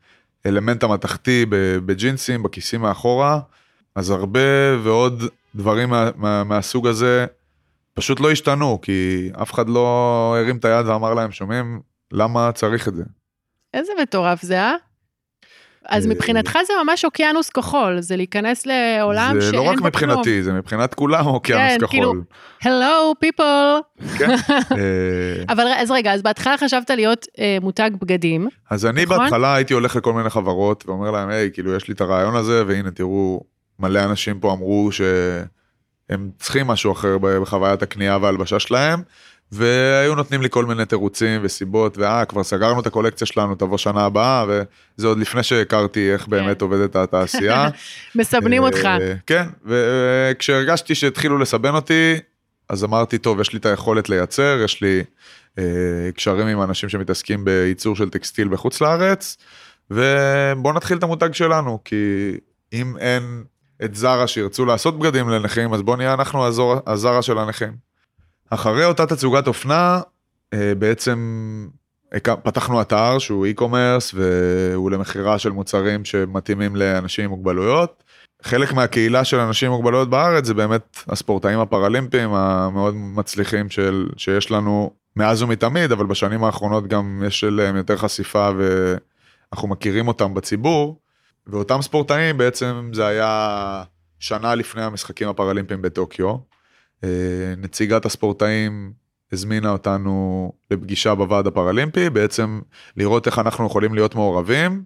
האלמנט המתחתי בג'ינסים, בכיסים מאחורה, אז הרבה ועוד דברים מה, מה, מהסוג הזה פשוט לא השתנו, כי אף אחד לא הרים את היד ואמר להם, שומעים, למה צריך את זה? איזה מטורף זה, אה? אז מבחינתך זה ממש אוקיינוס כחול, זה להיכנס לעולם שאין בו כלום. זה לא רק מבחינתי, זה מבחינת כולם אוקיינוס כחול. כן, כאילו, hello people. כן. אבל אז רגע, אז בהתחלה חשבת להיות מותג בגדים. אז אני בהתחלה הייתי הולך לכל מיני חברות, ואומר להם, היי, כאילו יש לי את הרעיון הזה, והנה תראו, מלא אנשים פה אמרו שהם צריכים משהו אחר בחוויית הקנייה וההלבשה שלהם, והיו נותנים לי כל מיני תירוצים וסיבות, ואה, כבר סגרנו את הקולקציה שלנו, תבוא שנה הבאה, וזה עוד לפני שהכרתי איך באמת עובדת התעשייה. מסבנים אותך. כן, וכשהרגשתי שהתחילו לסבן אותי, אז אמרתי, טוב, יש לי את היכולת לייצר, יש לי קשרים עם אנשים שמתעסקים בייצור של טקסטיל בחוץ לארץ, ובואו נתחיל את המותג שלנו, כי אם אין את זרה שירצו לעשות בגדים לנכים, אז בואו נהיה אנחנו הזרה של הנכים. אחרי אותה תצוגת אופנה, בעצם פתחנו אתר שהוא e-commerce, והוא למחירה של מוצרים שמתאימים לאנשים עם מוגבלויות. חלק מהקהילה של אנשים עם מוגבלויות בארץ, זה באמת הספורטאים הפרלימפיים המאוד מצליחים של, שיש לנו מאז ומתמיד, אבל בשנים האחרונות גם יש להם יותר חשיפה, ואנחנו מכירים אותם בציבור, ואותם ספורטאים בעצם זה היה שנה לפני המשחקים הפרלימפיים בטוקיו, נציגת הספורטאים הזמינה אותנו לפגישה בוועד הפרלימפי, בעצם לראות איך אנחנו יכולים להיות מעורבים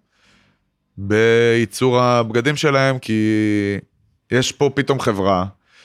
בייצור הבגדים שלהם, כי יש פה פתאום חברה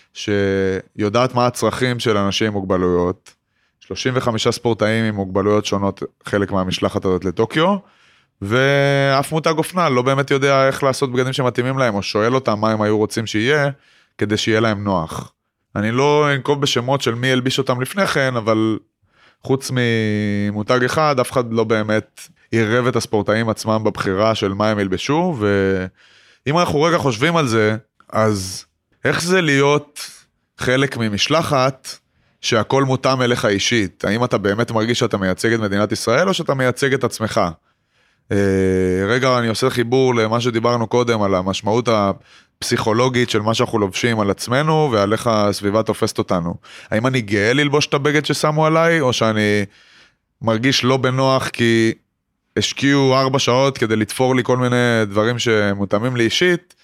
שיודעת מה הצרכים של אנשים עם מוגבלויות, שלושים וחמישה ספורטאים עם מוגבלויות שונות, חלק מהמשלחת הזאת לטוקיו, ואף מותג אופנה לא באמת יודע איך לעשות בגדים שמתאימים להם, או שואל אותם מה הם היו רוצים שיהיה, כדי שיהיה להם נוח. אני לא אנקוב בשמות של מי ילביש אותם לפני כן, אבל חוץ ממותג אחד, אף אחד לא באמת עירב את הספורטאים עצמם בבחירה של מה הם ילבשו, ואם אנחנו רגע חושבים על זה, אז איך זה להיות חלק ממשלחת שהכל מותאם אליך אישית? האם אתה באמת מרגיש שאתה מייצג את מדינת ישראל, או שאתה מייצג את עצמך? רגע, אני עושה חיבור למה שדיברנו קודם, על המשמעות הפסיכולוגית של מה שאנחנו לובשים על עצמנו, ועל איך הסביבה תופסת אותנו. האם אני גאה ללבוש את הבגד ששמו עליי, או שאני מרגיש לא בנוח, כי השקיעו ארבע שעות כדי לתפור לי כל מיני דברים שמותאמים לי אישית,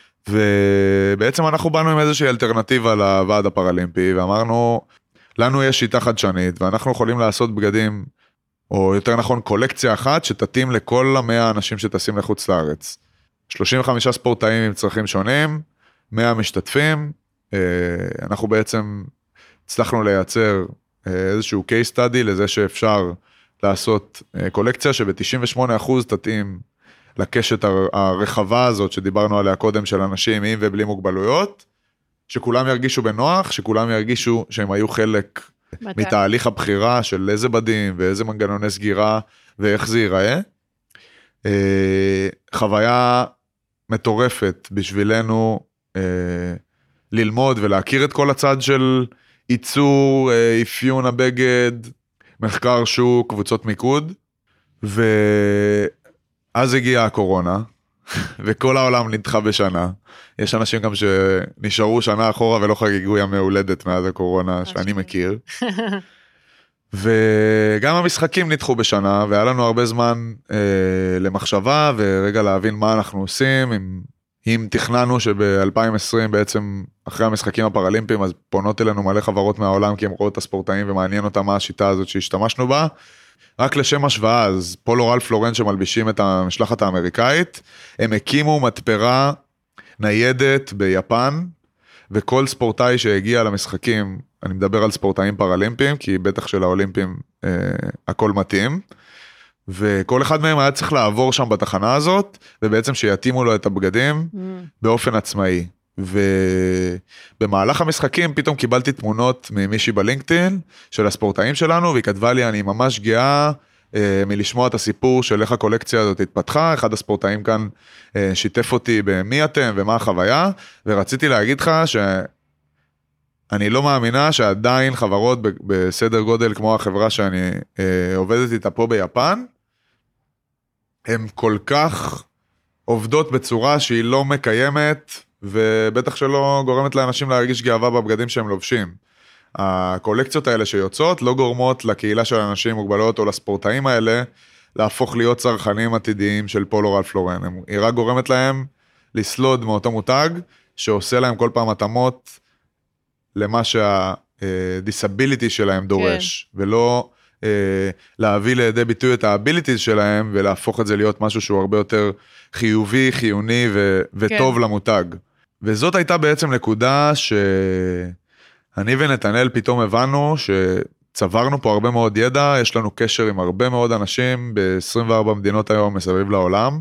ובעצם אנחנו באנו עם איזושהי אלטרנטיבה לוועד הפרלימפי, ואמרנו, לנו יש שיטה חדשנית, ואנחנו יכולים לעשות בגדים, או יותר נכון קולקציה אחת, שתתאים לכל המאה האנשים שטסים לחוץ לארץ. שלושים וחמישה ספורטאים עם צרכים שונים, מאה משתתפים, אנחנו בעצם הצלחנו לייצר איזשהו case study, לזה שאפשר לעשות קולקציה, שב-תשעים ושמונה אחוז תתאים לקשת הרחבה הזאת, שדיברנו עליה קודם, של אנשים עם ובלי מוגבלויות, שכולם ירגישו בנוח, שכולם ירגישו שהם היו חלק מתהליך הבחירה של איזה בדים ואיזה מנגנוני סגירה ואיך זה ייראה. חוויה מטורפת בשבילנו ללמוד ולהכיר את כל הצד של ייצור, אפיון הבגד, מחקר שוק, קבוצות מיקוד, ואז הגיעה הקורונה, וכל העולם נדחה בשנה. יש אנשים גם שנשארו שנה אחורה ולא חגיגו ימי הולדת מאז הקורונה, שאני מכיר. וגם המשחקים נדחו בשנה, והיה לנו הרבה זמן אה, למחשבה, ורגע להבין מה אנחנו עושים, אם, אם תכננו שב-אלפיים ועשרים בעצם, אחרי המשחקים הפרלימפיים, אז פונות אלינו מלא חברות מהעולם, כי הם רואות את הספורטאים, ומעניין אותם מה השיטה הזאת שהשתמשנו בה. רק לשם השוואה, אז פולו רלף לורן שמלבישים את המשלחת האמריקאית, הם הקימו מתפרה ניידת ביפן, וכל ספורטאי שהגיע למשחקים, אני מדבר על ספורטאים פרלימפיים, כי בטח של האולימפיים אה, הכל מתאים, וכל אחד מהם היה צריך לעבור שם בתחנה הזאת, ובעצם שיתאימו לו את הבגדים mm. באופן עצמאי. ובמהלך המשחקים פתאום קיבלתי תמונות ממישהי בלינקדאין של הספורטאים שלנו, והיא כתבה לי, אני ממש גאה אה, מלשמוע את הסיפור של איך הקולקציה הזאת התפתחה, אחד הספורטאים כאן אה, שיתף אותי במי אתם ומה החוויה, ורציתי להגיד לך שאני לא מאמינה שעדיין חברות בסדר גודל כמו החברה שאני אה, עובדת איתה פה ביפן, הם כל כך עובדות בצורה שהיא לא מקיימת, ובטח שלא גורמת לאנשים להרגיש גאווה בבגדים שהם לובשים. הקולקציות האלה שיוצאות לא גורמות לקהילה של אנשים עם מוגבלויות או לספורטאים האלה, להפוך להיות צרכנים עתידיים של פולו רלף לורן. היא רק גורמת להם לסלוד מאותו מותג, שעושה להם כל פעם התאמות למה שהדיסביליטי שלהם דורש, כן. ולא אה, להביא לידי ביטוי את האביליטיז שלהם, ולהפוך את זה להיות משהו שהוא הרבה יותר חיובי, חיוני ו- וטוב כן. למותג. וזאת הייתה בעצם נקודה שאני ונתנאל פתאום הבנו שצברנו פה הרבה מאוד ידע, יש לנו קשר עם הרבה מאוד אנשים ב-עשרים וארבע מדינות היום מסביב לעולם,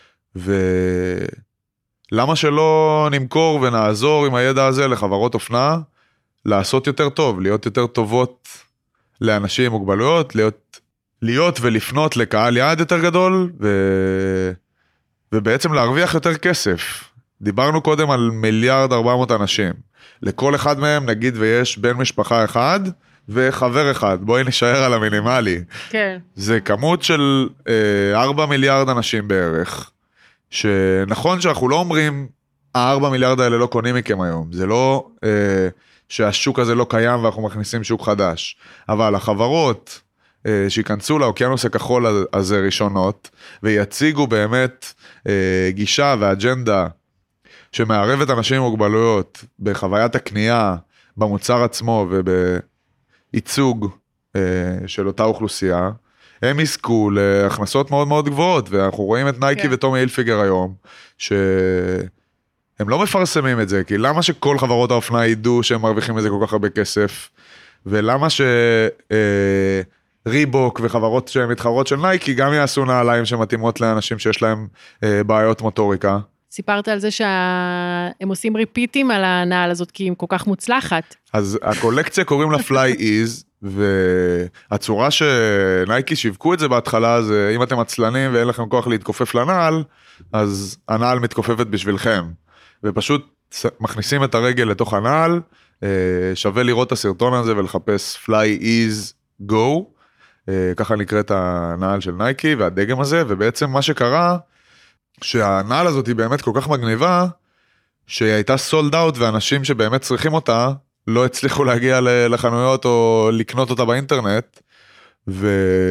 ולמה שלא נמכור ונעזור עם הידע הזה לחברות אופנה, לעשות יותר טוב, להיות יותר טובות לאנשים עם מוגבלויות, להיות, להיות ולפנות לקהל יעד יותר גדול, ו... ובעצם להרוויח יותר כסף. דיברנו קודם על מיליארד ארבע מאות אנשים. לכל אחד מהם נגיד ויש בן משפחה אחד וחבר אחד. בואי נשאר על המינימלי. כן. זה כמות של אה, ארבע מיליארד אנשים בערך. שנכון שאנחנו לא אומרים, הארבע מיליארד האלה לא קונים מכם היום. זה לא אה, שהשוק הזה לא קיים ואנחנו מכניסים שוק חדש. אבל החברות אה, שיכנסו לאוקיינוס הכחול הזה ראשונות, ויציגו באמת אה, גישה ואג'נדה, שמערבת אנשים עם מוגבלויות בחוויית הקנייה, במוצר עצמו ובייצוג אה, של אותה אוכלוסייה, הם יזכו להכנסות מאוד מאוד גבוהות, ואנחנו רואים את נייקי כן. וטומי הילפיגר היום, שהם לא מפרסמים את זה, כי למה שכל חברות האופנה ידעו שהם מרוויחים את זה כל כך הרבה כסף, ולמה ש... אה, ריבוק וחברות שהן מתחרות של נייקי, גם יעשו נעליים שמתאימות לאנשים שיש להם אה, בעיות מוטוריקה. סיפרת על זה שהם עושים ריפיטים על הנעל הזאת, כי היא כל כך מוצלחת. אז הקולקציה קוראים לה Fly Ease, והצורה שנייקי שיווקו את זה בהתחלה, זה אם אתם עצלנים ואין לכם כוח להתכופף לנעל, אז הנעל מתכופפת בשבילכם. ופשוט מכניסים את הרגל לתוך הנעל, אה, שווה לראות את הסרטון הזה ולחפש Fly Ease Go, ככה נקראת הנעל של נייקי והדגם הזה, ובעצם מה שקרה, שהנעל הזאת היא באמת כל כך מגניבה, שהיא הייתה סולד אאוט, ואנשים שבאמת צריכים אותה, לא הצליחו להגיע לחנויות או לקנות אותה באינטרנט, ו...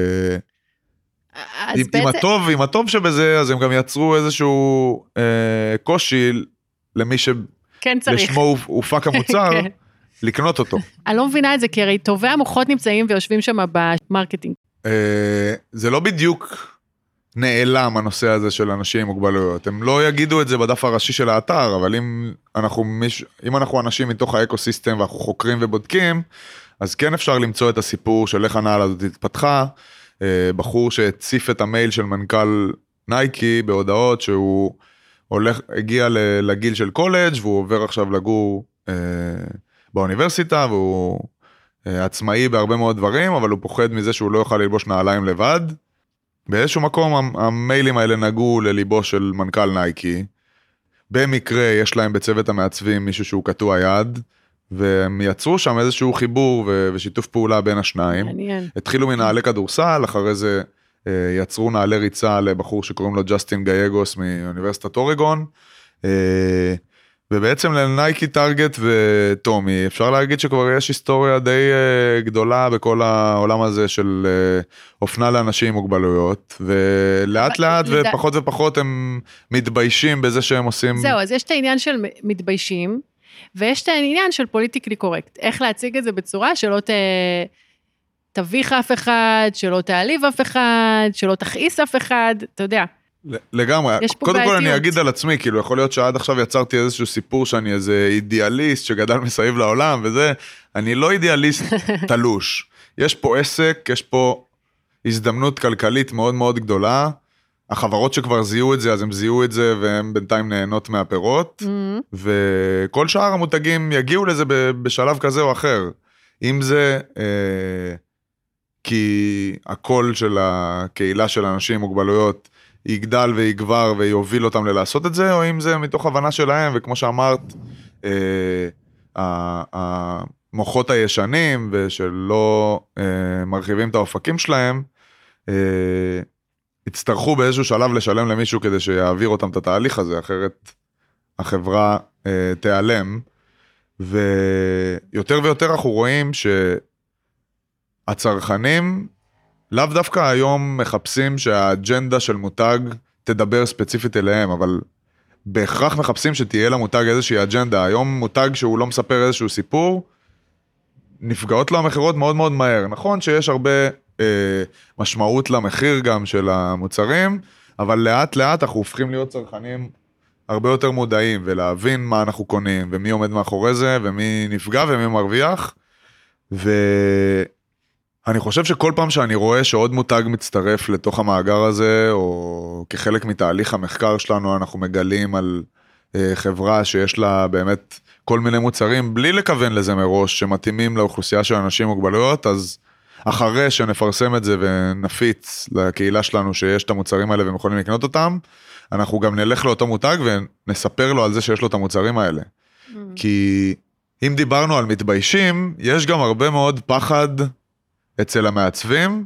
עם, בעצם... עם הטוב, עם הטוב שבזה, אז הם גם יצרו איזשהו אה, קושי, למי שלשמו הופק המוצר, כן. לקנות אותו. אני לא מבינה את זה, כי הרי טובי המוחות נמצאים ויושבים שם במרקטינג. זה לא בדיוק נעלם הנושא הזה של אנשים עם מוגבלויות. הם לא יגידו את זה בדף הראשי של האתר, אבל אם אנחנו, אם אנחנו אנשים מתוך האקוסיסטם ואנחנו חוקרים ובודקים, אז כן אפשר למצוא את הסיפור של איך הנעל הזאת התפתחה. בחור שהציף את המייל של מנכ"ל נייקי בהודעות שהוא הולך, הגיע לגיל של קולג' והוא עובר עכשיו לגור באוניברסיטה, והוא עצמאי בהרבה מאוד דברים, אבל הוא פוחד מזה שהוא לא יוכל ללבוש נעליים לבד. באיזשהו מקום המיילים האלה נגעו לליבו של מנכ"ל נייקי. במקרה יש להם בצוות המעצבים מישהו שהוא קטוע יד, והם יצרו שם איזשהו חיבור ושיתוף פעולה בין השניים. מעניין. התחילו מנעלי כדורסל, אחרי זה יצרו נעלי ריצה לבחור שקוראים לו ג'סטין גייגוס מאוניברסיטת אורגון, ובעצם לנייקי, טארגט וטומי, אפשר להגיד שכבר יש היסטוריה די גדולה בכל העולם הזה של אופנה לאנשים עם מוגבלויות, ולאט לאט ופחות ופחות הם מתביישים בזה שהם עושים... זהו, אז יש את העניין של מתביישים, ויש את העניין של פוליטיקלי קורקט, איך להציג את זה בצורה שלא ת... תביך אף אחד, שלא תעליב אף אחד, שלא תכעיס אף אחד, אתה יודע. לגמרי, קודם כל אני אגיד על עצמי, כאילו יכול להיות שעד עכשיו יצרתי איזשהו סיפור שאני איזה אידיאליסט שגדל מסביב לעולם וזה, אני לא אידיאליסט תלוש, יש פה עסק, יש פה הזדמנות כלכלית מאוד מאוד גדולה, החברות שכבר זיהו את זה, אז הם זיהו את זה והם בינתיים נהנות מהפירות, וכל שאר המותגים יגיעו לזה בשלב כזה או אחר, אם זה... כי הקול של הקהילה של אנשים עם מוגבלויות יגדל ויגבר ויוביל אותם ללעשות את זה, או אם זה מתוך הבנה שלהם, וכמו שאמרת, המוחות הישנים, ושלא מרחיבים את האופקים שלהם, יצטרכו באיזשהו שלב לשלם למישהו כדי שיעביר אותם את התהליך הזה, אחרת החברה אה, תיעלם, ויותר ויותר אנחנו רואים שהצרכנים לאו דווקא היום מחפשים שהאג'נדה של מותג תדבר ספציפית אליהם, אבל בהכרח מחפשים שתהיה למותג איזושהי אג'נדה. היום מותג שהוא לא מספר איזשהו סיפור, נפגעות לו המחירות מאוד מאוד מהר. נכון שיש הרבה אה, משמעות למחיר גם של המוצרים, אבל לאט לאט אנחנו הופכים להיות צרכנים הרבה יותר מודעים, ולהבין מה אנחנו קונים, ומי עומד מאחורי זה, ומי נפגע ומי מרוויח. ואני חושב שכל פעם שאני רואה שעוד מותג מצטרף לתוך המאגר הזה, או כחלק מתהליך המחקר שלנו, אנחנו מגלים על אה, חברה שיש לה באמת כל מיני מוצרים, בלי לכוון לזה מראש, שמתאימים לאוכלוסייה של אנשים עם מוגבלויות, אז אחרי שנפרסם את זה ונפיץ לקהילה שלנו שיש את המוצרים האלה והם יכולים לקנות אותם, אנחנו גם נלך לאותו מותג ונספר לו על זה שיש לו את המוצרים האלה. Mm. כי אם דיברנו על מתביישים, יש גם הרבה מאוד פחד אצל המעצבים,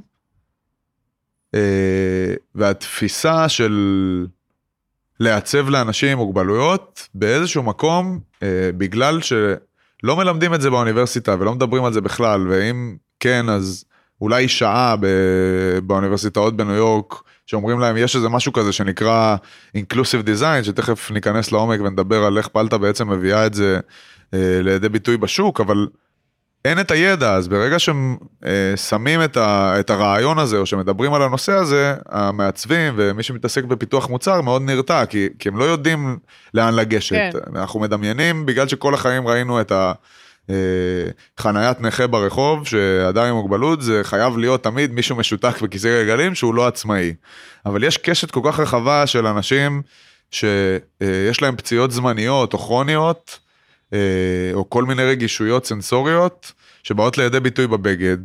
והתפיסה של לעצב לאנשים עם מוגבלויות באיזשהו מקום, בגלל שלא מלמדים את זה באוניברסיטה ולא מדברים על זה בכלל, ואם כן, אז אולי שעה באוניברסיטאות בניו יורק, שאומרים להם, יש איזה משהו כזה שנקרא Inclusive Design, שתכף ניכנס לעומק ונדבר על איך פלטה בעצם מביאה את זה אה, לידי ביטוי בשוק, אבל אין את הידע, אז ברגע שהם אה, שמים את, ה, את הרעיון הזה, או שמדברים על הנושא הזה, המעצבים ומי שמתעסק בפיתוח מוצר מאוד נרתע, כי, כי הם לא יודעים לאן לגשת. כן. אנחנו מדמיינים, בגלל שכל החיים ראינו את ה... חניית נכה ברחוב, שאדם עם מוגבלות, זה חייב להיות תמיד מישהו משותק בכיסא גלגלים, שהוא לא עצמאי. אבל יש קשת כל כך רחבה של אנשים, שיש להם פציעות זמניות או כרוניות, או כל מיני רגישויות סנסוריות, שבאות לידי ביטוי בבגד,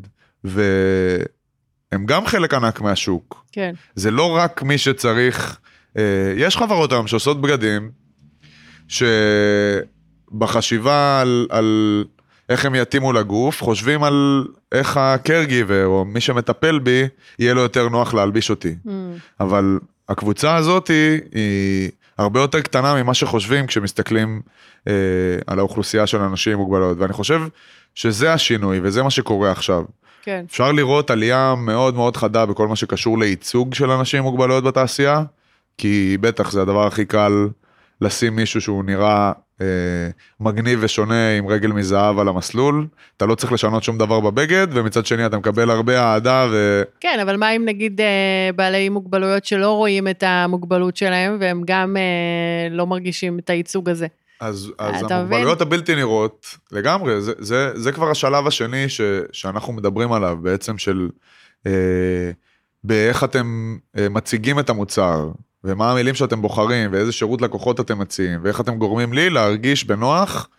והם גם חלק ענק מהשוק. כן. זה לא רק מי שצריך, יש חברות היום שעושות בגדים, ש... בחשיבה על, על איך הם יתאימו לגוף, חושבים על איך הקרגיבר, או מי שמטפל בי, יהיה לו יותר נוח להלביש אותי. Mm. אבל הקבוצה הזאת היא, היא הרבה יותר קטנה ממה שחושבים, כשמסתכלים אה, על האוכלוסייה של אנשים עם מוגבלות, ואני חושב שזה השינוי, וזה מה שקורה עכשיו. כן. אפשר לראות עלייה מאוד מאוד חדה, בכל מה שקשור לייצוג של אנשים עם מוגבלות בתעשייה, כי בטח זה הדבר הכי קל, לשים מישהו שהוא נראה אה, מגניב ושונה עם רגל מזהב על המסלול, אתה לא צריך לשנות שום דבר בבגד, ומצד שני אתה מקבל הרבה אהדה ו... כן, אבל מה אם נגיד אה, בעלי מוגבלויות שלא רואים את המוגבלות שלהם, והם גם אה, לא מרגישים את הייצוג הזה? אז, אז המוגבלויות מבין? הבלתי נראות, לגמרי, זה, זה, זה כבר השלב השני ש, שאנחנו מדברים עליו, בעצם של אה, באיך אתם אה, מציגים את המוצר, ומה המילים שאתם בוחרים, ואיזה שירות לקוחות אתם מציעים, ואיך אתם גורמים לי להרגיש בנוח,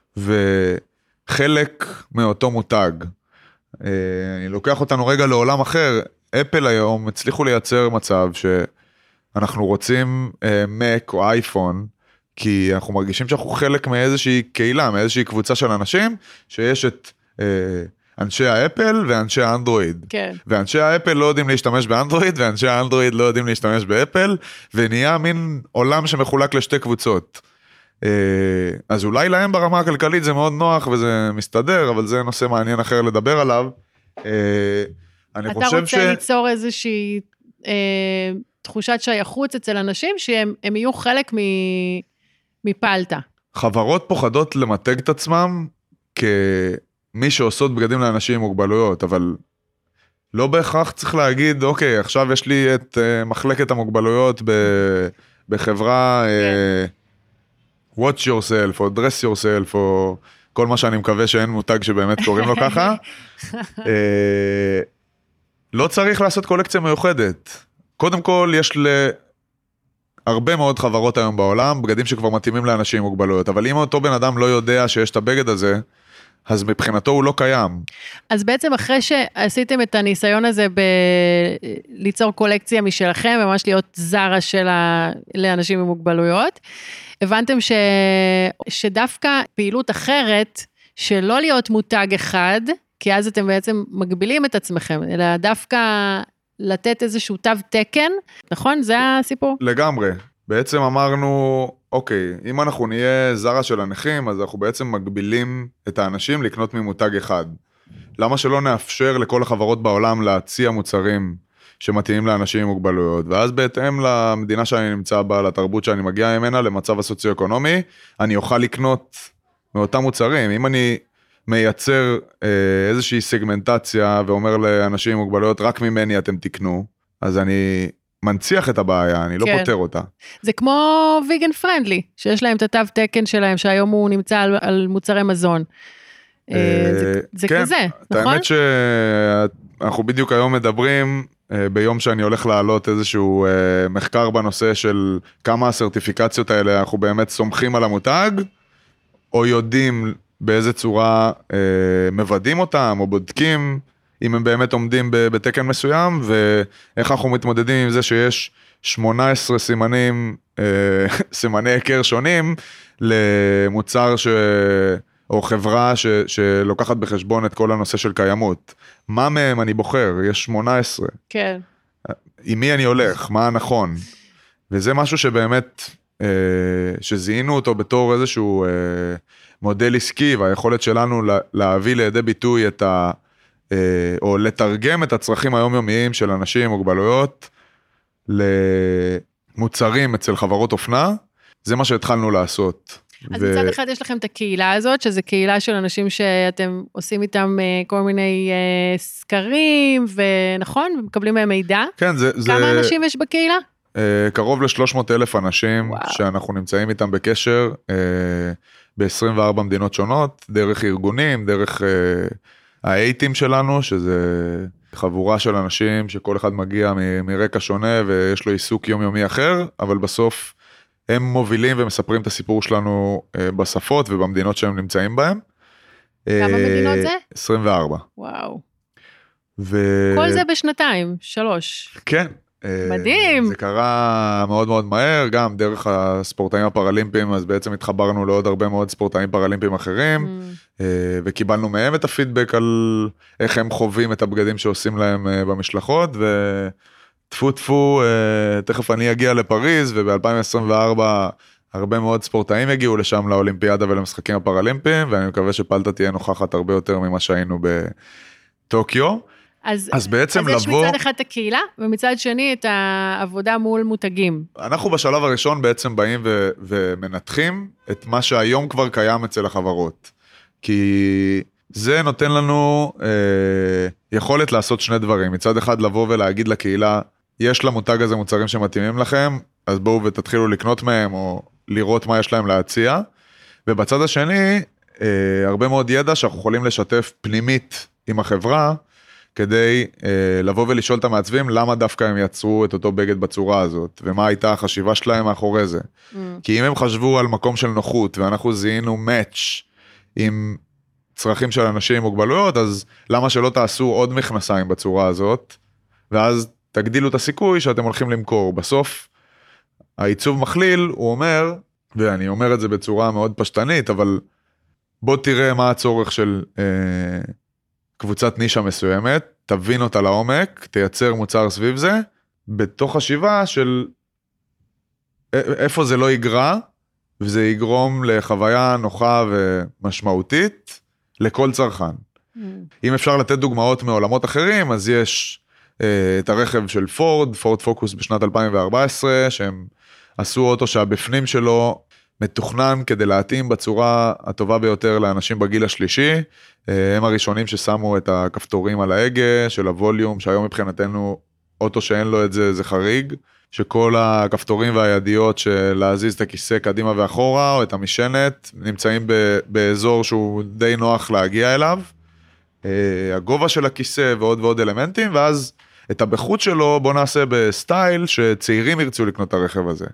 וחלק מאותו מותג. אני לוקח אותנו רגע לעולם אחר, אפל היום הצליחו לייצר מצב, שאנחנו רוצים מק או אייפון, כי אנחנו מרגישים שאנחנו חלק מאיזושהי קהילה, מאיזושהי קבוצה של אנשים, שיש את... אנשי האפל ואנשי האנדרואיד. כן. ואנשי האפל לא יודעים להשתמש באנדרואיד, ואנשי האנדרואיד לא יודעים להשתמש באפל, ונהיה מין עולם שמחולק לשתי קבוצות. אז אולי להם ברמה הכלכלית זה מאוד נוח וזה מסתדר, אבל זה נושא מעניין אחר לדבר עליו. אני חושב ש... אתה רוצה ליצור איזושהי תחושת שייכות אצל אנשים, שהם יהיו חלק מפלטה. חברות פוחדות למתג את עצמם כ... מי שעושות בגדים לאנשים עם מוגבלויות, אבל לא בהכרח צריך להגיד, אוקיי, עכשיו יש לי את uh, מחלקת המוגבלויות ב- בחברה uh, watch yourself, או dress yourself, או כל מה שאני מקווה שאין מותג שבאמת קוראים לו ככה. uh, לא צריך לעשות קולקציה מיוחדת. קודם כל, יש להרבה מאוד חברות היום בעולם, בגדים שכבר מתאימים לאנשים עם מוגבלויות, אבל אם אותו בן אדם לא יודע שיש את הבגד הזה, אז מבחינתו הוא לא קיים. אז בעצם אחרי שעשיתם את הניסיון הזה ליצור קולקציה משלכם, ממש להיות זרה של ה... לאנשים עם מוגבלויות, הבנתם ש... שדווקא פעילות אחרת, שלא להיות מותג אחד, כי אז אתם בעצם מגבילים את עצמכם, אלא דווקא לתת איזשהו תו תקן, נכון? זה הסיפור? לגמרי. בעצם אמרנו, אוקיי, אם אנחנו נהיה זרה של הנכים, אז אנחנו בעצם מגבילים את האנשים לקנות ממותג אחד. למה שלא נאפשר לכל החברות בעולם להציע מוצרים שמתאימים לאנשים עם מוגבלויות, ואז בהתאם למדינה שאני נמצא בה, לתרבות שאני מגיע ממנה, למצב הסוציו-אקונומי, אני אוכל לקנות מאותם מוצרים. אם אני מייצר אה, איזושהי סגמנטציה, ואומר לאנשים עם מוגבלויות, רק ממני אתם תקנו, אז אני מנציח את הבעיה, אני לא כן. פותר אותה. זה כמו ויגן פרנדלי, שיש להם את התו תקן שלהם, שהיום הוא נמצא על, על מוצרי מזון. אה, זה, זה כן, כזה, נכון? האמת שאנחנו בדיוק היום מדברים, ביום שאני הולך להעלות איזשהו מחקר בנושא של כמה הסרטיפיקציות האלה, אנחנו באמת סומכים על המותג, או יודעים באיזה צורה מבדים אותם, או בודקים, אם הם באמת עומדים בתקן מסוים, ואיך אנחנו מתמודדים עם זה שיש שמונה עשרה סימנים, סימני עיקר שונים, למוצר ש... או חברה ש, שלוקחת בחשבון את כל הנושא של קיימות. מה מהם אני בוחר? יש שמונה עשרה. כן. עם מי אני הולך? מה הנכון? וזה משהו שבאמת, אה, שזיהינו אותו בתור איזשהו אה, מודל עסקי, והיכולת שלנו לה, להביא לידי ביטוי את ה... אה, או לתרגם את הצרכים היומיומיים של אנשים עם מוגבלויות, למוצרים אצל חברות אופנה, זה מה שהתחלנו לעשות. אז ו... מצד אחד יש לכם את הקהילה הזאת, שזה קהילה של אנשים שאתם עושים איתם כל מיני uh, סקרים, ונכון, ומקבלים מהם מידע. כן, זה... כמה זה... אנשים יש בקהילה? Uh, קרוב ל-שלוש מאות אלף אנשים, וואו. שאנחנו נמצאים איתם בקשר, uh, ב-עשרים וארבע מדינות שונות, דרך ארגונים, דרך uh, האייטים שלנו, שזה חבורה של אנשים, שכל אחד מגיע מ- מרקע שונה, ויש לו עיסוק יומיומי אחר, אבל בסוף... הם מובילים ומספרים את הסיפור שלנו בשפות ובמדינות שהם נמצאים בהם. כמה מדינות זה? עשרים וארבע. וואו. ו... כל זה בשנתיים, שלוש. כן. מדהים. זה קרה מאוד מאוד מהר, גם דרך הספורטאים הפרלימפיים, אז בעצם התחברנו לעוד הרבה מאוד ספורטאים פרלימפיים אחרים, mm. וקיבלנו מהם את הפידבק על איך הם חווים את הבגדים שעושים להם במשלחות, ו... תפו תפו, תכף אני אגיע לפריז, וב-אלפיים עשרים וארבע הרבה מאוד ספורטאים הגיעו לשם לאולימפיאדה ולמשחקים הפרלימפיים, ואני מקווה שפלטה תהיה נוכחת הרבה יותר ממה שהיינו בטוקיו. אז, אז בעצם אז לבוא... יש מצד אחד את הקהילה, ומצד שני את העבודה מול מותגים. אנחנו בשלב הראשון בעצם באים ו- ומנתחים את מה שהיום כבר קיים אצל החברות. כי... זה נותן לנו אה, יכולת לעשות שני דברים. מצד אחד לבוא ולהגיד לקהילה, יש למותג הזה מוצרים שמתאימים לכם, אז בואו ותתחילו לקנות מהם, או לראות מה יש להם להציע. ובצד השני, אה, הרבה מאוד ידע שאנחנו יכולים לשתף פנימית עם החברה, כדי אה, לבוא ולשאול את המעצבים, למה דווקא הם יצרו את אותו בגד בצורה הזאת, ומה הייתה החשיבה שלהם מאחורי זה. Mm. כי אם הם חשבו על מקום של נוחות, ואנחנו זיהינו מאץ' עם... צרכים של אנשים עם מוגבלויות, אז למה שלא תעשו עוד מכנסיים בצורה הזאת, ואז תגדילו את הסיכוי שאתם הולכים למכור. בסוף, העיצוב מכליל, הוא אומר, ואני אומר את זה בצורה מאוד פשטנית, אבל בוא תראה מה הצורך של אה, קבוצת נישה מסוימת, תבין אותה לעומק, תייצר מוצר סביב זה, בתוך חשיבה של איפה זה לא יגרע, וזה יגרום לחוויה נוחה ומשמעותית, לכל צרכן. Mm. אם אפשר לתת דוגמאות מעולמות אחרים, אז יש uh, את הרכב של פורד, פורד פוקוס בשנת אלפיים וארבע עשרה, שהם עשו אוטו שהבפנים שלו מתוכנן כדי להתאים בצורה הטובה ביותר לאנשים בגיל השלישי, uh, הם הראשונים ששמו את הכפתורים על ההגה של הווליום, שהיום מבחינתנו אוטו שאין לו את זה, זה חריג, שכל הכפתורים והידיות של להזיז את הכיסא קדימה ואחורה, או את המשענת, נמצאים ב- באזור שהוא די נוח להגיע אליו, הגובה של הכיסא ועוד ועוד אלמנטים, ואז את הבחות שלו בוא נעשה בסטייל שצעירים ירצו לקנות את הרכב הזה.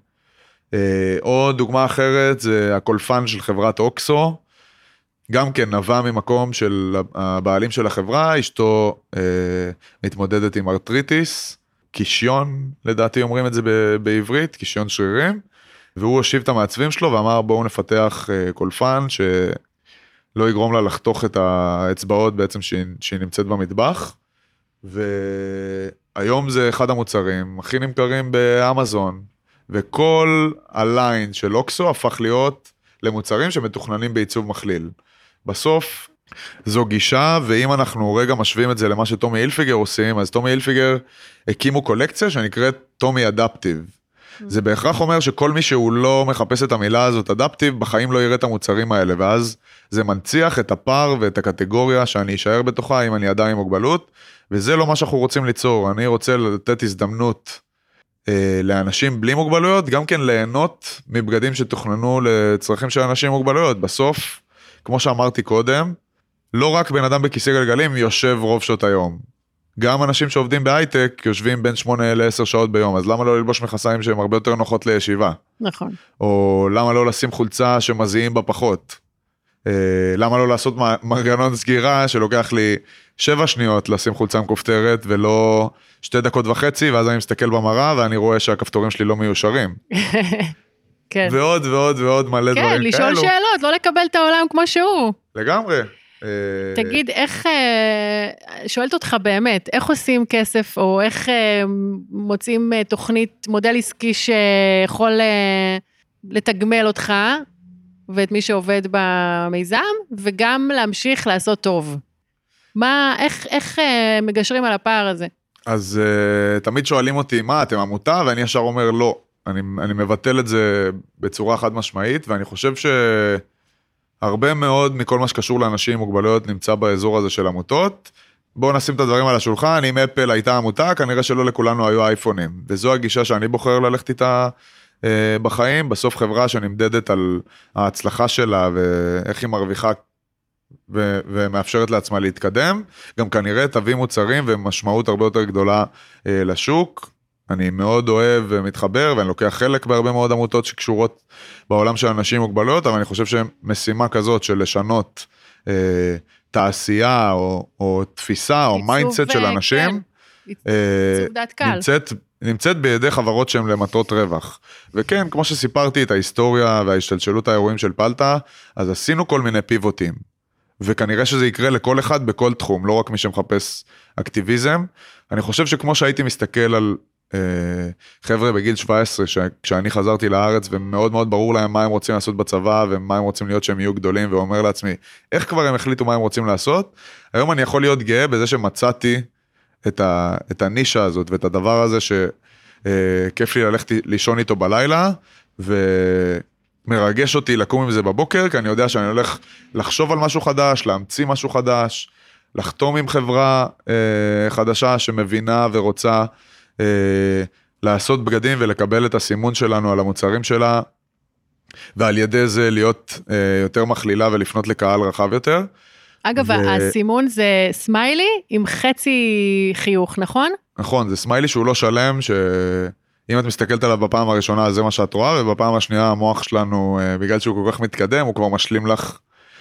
או דוגמה אחרת זה הקולפן של חברת אוקסו, גם כן נבע ממקום של הבעלים של החברה, אשתו מתמודדת עם ארטריטיס, קישיון, לדעתי אומרים את זה בעברית, קישיון שרירים, והוא הושיב את המעצבים שלו ואמר בואו נפתח קולפן שלא יגרום לה לחתוך את האצבעות בעצם שהיא, שהיא נמצאת במטבח, היום זה אחד המוצרים הכי נמכרים באמזון, וכל הליין של אוקסו הפך להיות למוצרים שמתוכננים בעיצוב מכליל. בסוף זו גישה, ואם אנחנו רגע משווים את זה למה שטומי הילפיגר עושים, אז טומי הילפיגר הקימו קולקציה שנקראת טומי אדפטיב. זה בהכרח אומר שכל מי שהוא לא מחפש את המילה הזאת אדפטיב, בחיים לא יראה את המוצרים האלה, ואז זה מנציח את הפער ואת הקטגוריה שאני אשאר בתוכה אם אני אדם עם מוגבלות, וזה לא מה שאנחנו רוצים ליצור. אני רוצה לתת הזדמנות אה, לאנשים בלי מוגבלויות, גם כן ליהנות מבגדים שתוכננו לצרכים של אנשים עם מוגבלויות. בסוף, כמו שאמרתי קודם, לא רק בן אדם בכיסא גלגלים יושב רוב שעות היום. גם אנשים שעובדים בהייטק יושבים בין שמונה לעשר שעות ביום, אז למה לא ללבוש מכסיים שהן הרבה יותר נוחות לישיבה? נכון. או למה לא לשים חולצה שמזיעים בה פחות? למה לא לעשות מנגנון סגירה שלוקח לי שבע שניות לשים חולצה מכופתרת, ולא שתי דקות וחצי, ואז אני מסתכל במראה ואני רואה שהכפתורים שלי לא מיושרים. כן. ועוד ועוד ועוד מלא דברים כאלו. כן, לשאול שאלות, לא לקבל את העולם כמו שהוא. לגמרי. תגיד, איך, שואלת אותך באמת, איך עושים כסף, או איך מוצאים תוכנית, מודל עסקי שיכול לתגמל אותך, ואת מי שעובד במיזם, וגם להמשיך לעשות טוב. מה, איך, איך מגשרים על הפער הזה? אז תמיד שואלים אותי, מה, אתם עמותה? ואני ישר אומר, לא. אני, אני מבטל את זה בצורה חד משמעית, ואני חושב ש... הרבה מאוד מכל מה שקשור לאנשים עם מוגבלויות נמצא באזור הזה של עמותות. בואו נשים את הדברים על השולחן, אם אפל הייתה עמותה, כנראה שלא לכולנו היו אייפונים. וזו הגישה שאני בוחר ללכת איתה אה, בחיים, בסוף חברה שנמדדת על ההצלחה שלה, ואיך היא מרוויחה ו- ומאפשרת לעצמה להתקדם, גם כנראה תביא מוצרים ומשמעות הרבה יותר גדולה אה, לשוק. אני מאוד אוהב ומתחבר, ואני לוקח חלק בהרבה מאוד עמותות שקשורות בעולם של אנשים עם מוגבלויות, אבל אני חושב שמשימה כזאת של לשנות אה, תעשייה, או, או תפיסה, או מיינדסט של אנשים, כן. אה, נמצאת, נמצאת בידי חברות שהן למטרות רווח. וכן, כמו שסיפרתי את ההיסטוריה וההשתלשלות האירועים של פלטה, אז עשינו כל מיני פיבוטים, וכנראה שזה יקרה לכל אחד בכל תחום, לא רק מי שמחפש אקטיביזם. אני חושב שכמו שהייתי מסתכל על חבר'ה בגיל שבע עשרה, כשאני חזרתי לארץ, ומאוד מאוד ברור להם מה הם רוצים לעשות בצבא, ומה הם רוצים להיות שהם יהיו גדולים, ואומר לעצמי, איך כבר הם החליטו מה הם רוצים לעשות? היום אני יכול להיות גאה בזה שמצאתי את, ה, את הנישה הזאת, ואת הדבר הזה שכיף לי ללכת לישון איתו בלילה, ומרגש אותי לקום עם זה בבוקר, כי אני יודע שאני הולך לחשוב על משהו חדש, להמציא משהו חדש, לחתום עם חברה חדשה שמבינה ורוצה, לעשות בגדים ולקבל את הסימון שלנו על המוצרים שלה, ועל ידי זה להיות יותר מכלילה ולפנות לקהל רחב יותר. אגב, הסימון זה סמיילי עם חצי חיוך, נכון? נכון, זה סמיילי שהוא לא שלם, שאם את מסתכלת עליו בפעם הראשונה, זה מה שאת רואה, ובפעם השנייה המוח שלנו, בגלל שהוא כל כך מתקדם, הוא כבר משלים לך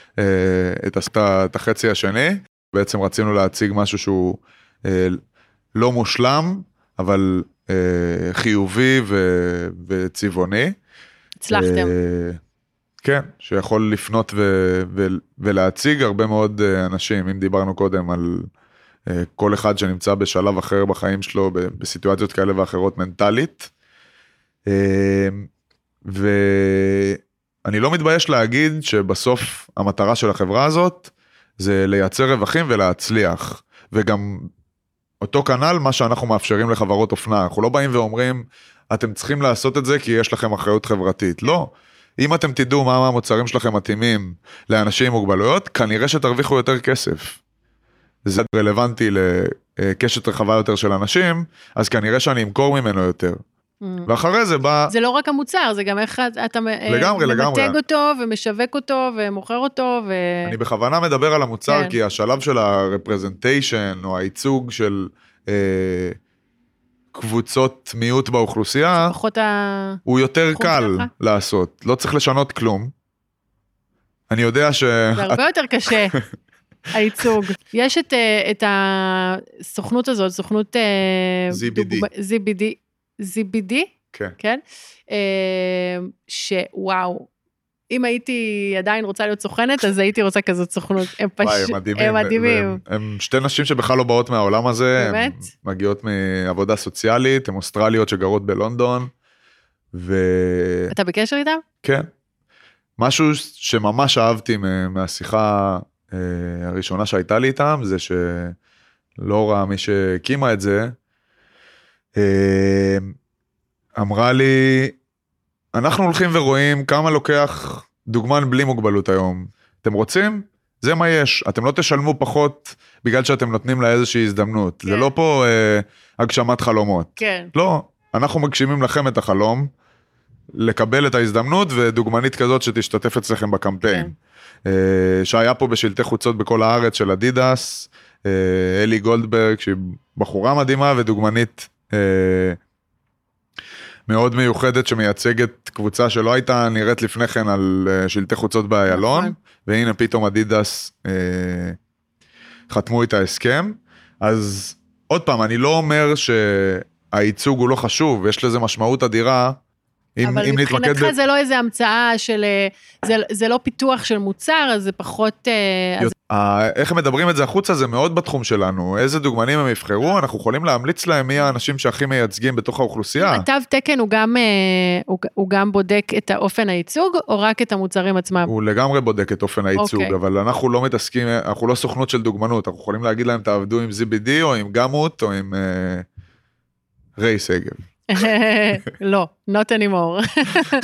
את החצי השני. בעצם רצינו להציג משהו שהוא לא מושלם, אבל אה, חיובי ו- וצבעוני. הצלחתם. אה, כן, שיכול לפנות ו- ו- ולהציג הרבה מאוד אנשים, אם דיברנו קודם על אה, כל אחד שנמצא בשלב אחר בחיים שלו, ב- בסיטואציות כאלה ואחרות מנטלית. אה, ואני לא מתבייש להגיד שבסוף המטרה של החברה הזאת, זה לייצר רווחים ולהצליח, וגם אותו כנל, מה שאנחנו מאפשרים לחברות אופנה, אנחנו לא באים ואומרים, אתם צריכים לעשות את זה כי יש לכם אחריות חברתית, לא. אם אתם תדעו מה המוצרים שלכם מתאימים לאנשים עם מוגבלויות, כנראה שתרוויחו יותר כסף. זה רלוונטי לקשת רחבה יותר של אנשים, אז כנראה שאני אמכור ממנו יותר. ואחרי זה בא... זה לא רק המוצר, זה גם איך אתה לגמרי, לגמרי. ממתג אותו ומשווק אותו ומוכר אותו. ו... אני בכוונה מדבר על המוצר, כן. כי השלב של הרפרזנטיישן או הייצוג של אה, קבוצות מיעוט באוכלוסייה, ה... הוא יותר קל שלך. לעשות, לא צריך לשנות כלום. אני יודע ש... זה הרבה יותר קשה. הייצוג. יש את, את הסוכנות הזאת, סוכנות... זי בי די. זי בי די. זי בי די? כן. כן? שוואו, אם הייתי עדיין רוצה להיות סוכנת, אז הייתי רוצה כזאת סוכנות. הם פשוט, הם מדהימים. הם מדהימים. הם שתי נשים שבכלל לא באות מהעולם הזה. באמת? הן מגיעות מעבודה סוציאלית, הן אוסטרליות שגרות בלונדון. ו... אתה בקשר איתם? כן. משהו שממש אהבתי מהשיחה הראשונה שהייתה לי איתם, זה שלא ראה מי שהקימה את זה, אמרה לי, אנחנו הולכים ורואים כמה לוקח דוגמן בלי מוגבלות היום. אתם רוצים? זה מה יש. אתם לא תשלמו פחות בגלל שאתם נותנים לה איזושהי הזדמנות. כן. זה לא פה אה, הגשמת חלומות. כן. לא, אנחנו מגשימים לכם את החלום, לקבל את ההזדמנות, ודוגמנית כזאת שתשתתף אצלכם בקמפיין. כן. אה, שהיה פה בשלטי חוצות בכל הארץ של אדידס, אה, אלי גולדברג, שהיא בחורה מדהימה ודוגמנית אה, מאוד מיוחדת שמייצגת קבוצה שלא הייתה נראית לפני כן על שלטי חוצות באיילון, נכון. והנה פתאום אדידס אה, חתמו את ההסכם. אז עוד פעם, אני לא אומר שהייצוג הוא לא חשוב, יש לזה משמעות אדירה, אם, אבל אם מבחינתך ב... זה לא איזה המצאה של, זה, זה לא פיתוח של מוצר, אז זה פחות... אז... איך הם מדברים את זה החוצה, זה מאוד בתחום שלנו, איזה דוגמנים הם יבחרו, אנחנו יכולים להמליץ להם מי האנשים שהכי מייצגים בתוך האוכלוסייה. התו תקן הוא גם, הוא, הוא גם בודק את האופן הייצוג, או רק את המוצרים עצמם? הוא לגמרי בודק את אופן הייצוג, okay. אבל אנחנו לא מתעסקים, אנחנו לא סוכנות של דוגמנות, אנחנו יכולים להגיד להם, תעבדו עם זי בי די, או עם גמות, או עם uh, ריי סגב. לא, not anymore.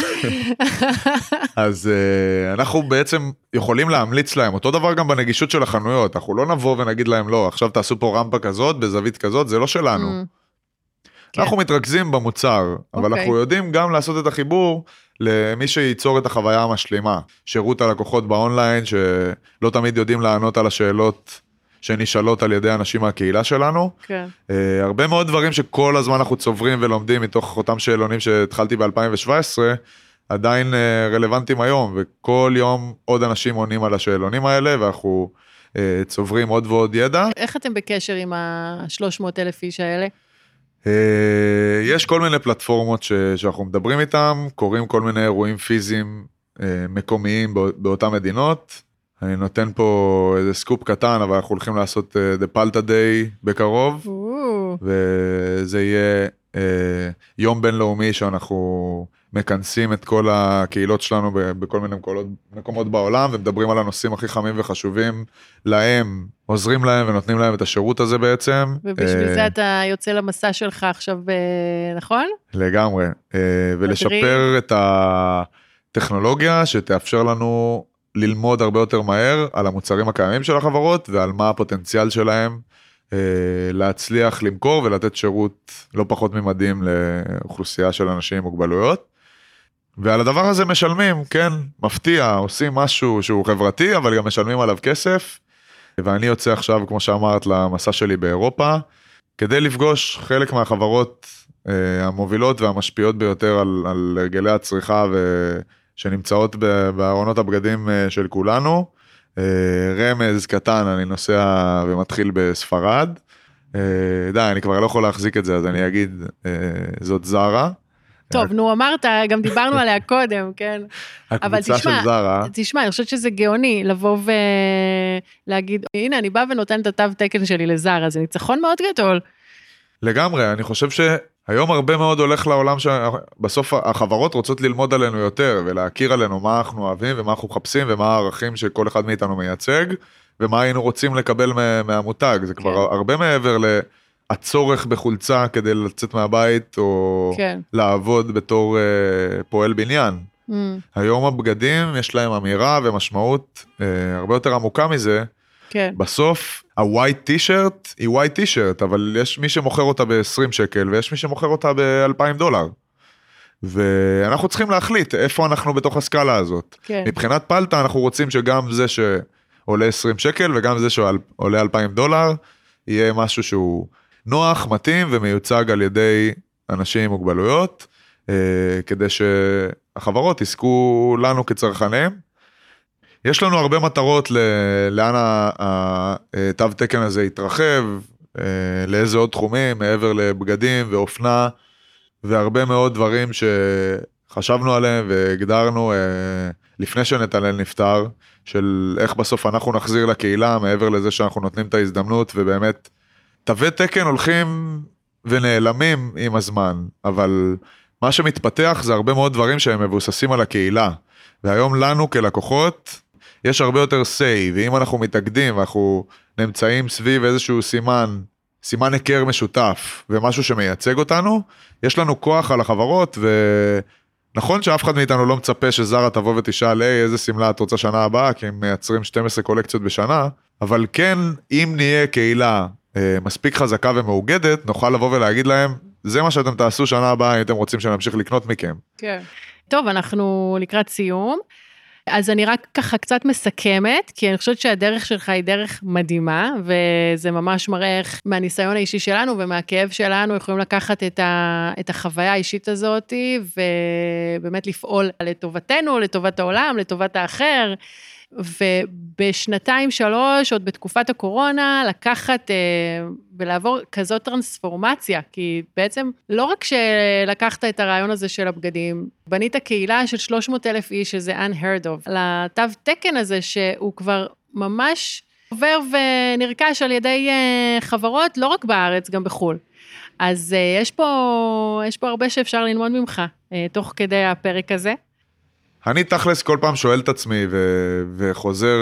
אז אנחנו בעצם יכולים להמליץ להם, אותו דבר גם בנגישות של החנויות, אנחנו לא נבוא ונגיד להם לא, עכשיו תעשו פה רמפה כזאת, בזווית כזאת, זה לא שלנו. אנחנו מתרכזים במוצר, אבל אנחנו יודעים גם לעשות את החיבור למי שייצור את החוויה המשלימה, שירות הלקוחות באונליין, שלא תמיד יודעים לענות על השאלות שנשאלות על ידי אנשים מהקהילה שלנו. כן. Uh, הרבה מאוד דברים שכל הזמן אנחנו צוברים ולומדים מתוך אותם שאלונים שהתחלתי ב-אלפיים שבע עשרה, עדיין uh, רלוונטיים היום, וכל יום עוד אנשים עונים על השאלונים האלה, ואנחנו uh, צוברים עוד ועוד ידע. איך אתם בקשר עם ה-שלוש מאות אלף איש האלה? Uh, יש כל מיני פלטפורמות ש- שאנחנו מדברים איתם, קוראים כל מיני אירועים פיזיים uh, מקומיים בא- באותן מדינות, אני נותן פה איזה סקופ קטן, אבל אנחנו הולכים לעשות uh, The Palta Day בקרוב, Ooh. וזה יהיה uh, יום בינלאומי שאנחנו מכנסים את כל הקהילות שלנו בכל מיני מקומות, מקומות בעולם, ומדברים על הנושאים הכי חמים וחשובים להם, עוזרים להם ונותנים להם את השירות הזה בעצם. ובשביל uh, זה אתה יוצא למסע שלך עכשיו, uh, נכון? לגמרי, uh, ולשפר את הטכנולוגיה שתאפשר לנו ללמוד הרבה יותר מהר על המוצרים הקיימים של החברות, ועל מה הפוטנציאל שלהם אה, להצליח למכור ולתת שירות לא פחות ממדהים לאוכלוסייה של אנשים עם מוגבלויות. ועל הדבר הזה משלמים, כן, מפתיע, עושים משהו שהוא חברתי, אבל גם משלמים עליו כסף. ואני יוצא עכשיו, כמו שאמרת, למסע שלי באירופה, כדי לפגוש חלק מהחברות אה, המובילות והמשפיעות ביותר על, על הרגלי הצריכה ו... שנמצאות בארונות הבגדים של כולנו. רמז קטן, אני נוסע ומתחיל בספרד. די, אני כבר לא יכול להחזיק את זה, אז אני אגיד, זאת זרה. טוב, נו, אמרת, גם דיברנו עליה קודם, כן? הקבוצה של זרה. תשמע, אני חושבת שזה גאוני, לבוא ולהגיד, הנה, אני בא ונותן את התו תקן שלי לזרה, זה ניצחון מאוד גדול. לגמרי, אני חושב ש... היום הרבה מאוד הולך לעולם שבסוף החברות רוצות ללמוד עלינו יותר, ולהכיר עלינו מה אנחנו אוהבים, ומה אנחנו מחפשים, ומה הערכים שכל אחד מאיתנו מייצג, ומה היינו רוצים לקבל מהמותג. זה כבר הרבה מעבר הצורך בחולצה כדי לצאת מהבית, או לעבוד בתור פועל בניין. היום הבגדים יש להם אמירה ומשמעות הרבה יותר עמוקה מזה, כן. בסוף, ה-white t-shirt היא white t-shirt, אבל יש מי שמוכר אותה ב-עשרים שקל, ויש מי שמוכר אותה ב-אלפיים דולר. ואנחנו צריכים להחליט איפה אנחנו בתוך הסקאלה הזאת. כן. מבחינת פלטה, אנחנו רוצים שגם זה שעולה עשרים שקל, וגם זה שעולה אלפיים דולר, יהיה משהו שהוא נוח, מתאים, ומיוצג על ידי אנשים עם מוגבלויות, כדי שהחברות יזכו לנו כצרכנים. יש לנו הרבה מטרות לאן התו תקן הזה יתרחב, לאיזה עוד תחומים, מעבר לבגדים ואופנה, והרבה מאוד דברים שחשבנו עליהם והגדרנו לפני שנתנאל נפטר, של איך בסוף אנחנו נחזיר לקהילה, מעבר לזה שאנחנו נותנים את ההזדמנות, ובאמת, תווי תקן הולכים ונעלמים עם הזמן, אבל מה שמתפתח זה הרבה מאוד דברים שהם מבוססים על הקהילה, והיום לנו כלקוחות, יש הרבה יותר say, ואם אנחנו מתאגדים, ואנחנו נמצאים סביב איזשהו סימן, סימן הכר משותף, ומשהו שמייצג אותנו, יש לנו כוח על החברות, ונכון שאף אחד מאיתנו לא מצפה שזרה תבוא ותשאל, היי, איזה סמלה את רוצה שנה הבאה, כי הם מייצרים שתים עשרה קולקציות בשנה, אבל כן, אם נהיה קהילה מספיק חזקה ומאוגדת, נוכל לבוא ולהגיד להם, זה מה שאתם תעשו שנה הבאה, אם אתם רוצים שנמשיך לקנות מכם. כן. טוב, אנחנו לקראת סיום. אז אני רק ככה קצת מסכמת, כי אני חושבת שהדרך שלך היא דרך מדהימה, וזה ממש מראה איך מהניסיון האישי שלנו ומהכאב שלנו, יכולים לקחת את, ה, את החוויה האישית הזאת, ובאמת לפעול לטובתנו, לטובת העולם, לטובת האחר, ובשנתיים שלוש, עוד בתקופת הקורונה, לקחת ולעבור כזאת טרנספורמציה, כי בעצם לא רק שלקחת את הרעיון הזה של הבגדים, בנית קהילה של שלוש מאות אלף איש, שזה unheard of, לתו תקן הזה שהוא כבר ממש עובר ונרכש על ידי חברות, לא רק בארץ, גם בחול. אז יש פה, יש פה הרבה שאפשר ללמוד ממך, תוך כדי הפרק הזה. אני תכלס כל פעם שואל את עצמי ו- וחוזר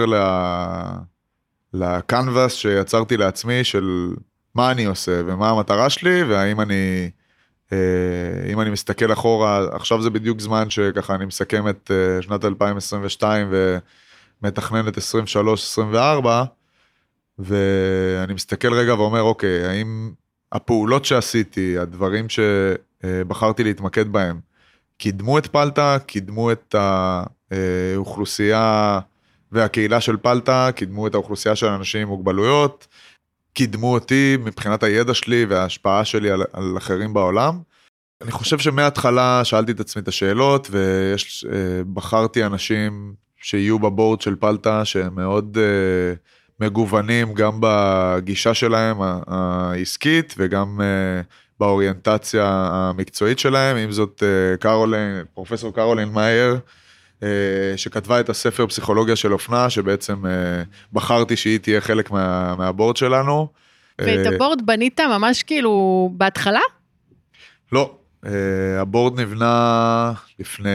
לקנבס שיצרתי לעצמי של מה אני עושה ומה המטרה שלי, והאם אני, אם אני מסתכל אחורה, עכשיו זה בדיוק זמן שככה אני מסכם את שנת אלפיים עשרים ושתיים ומתכנן את עשרים ושלוש עשרים וארבע, ואני מסתכל רגע ואומר, אוקיי, האם הפעולות שעשיתי, הדברים שבחרתי להתמקד בהם, קידמו את פלטה, קידמו את האוכלוסייה והקהילה של פלטה, קידמו את האוכלוסייה של אנשים עם מוגבלויות, קידמו אותי מבחינת הידע שלי וההשפעה שלי על, על אחרים בעולם. אני חושב שמההתחלה שאלתי את עצמי את השאלות, ובחרתי אנשים שיהיו בבורד של פלטה, שהם מאוד מגוונים גם בגישה שלהם העסקית, וגם באוריינטציה המקצועית שלהם, אם זאת קרולין, פרופסור קרולין מאייר, שכתבה את הספר פסיכולוגיה של אופנה, שבעצם בחרתי שהיא תהיה חלק מה, מהבורד שלנו. ואת הבורד בנית ממש כאילו בהתחלה? לא, הבורד נבנה לפני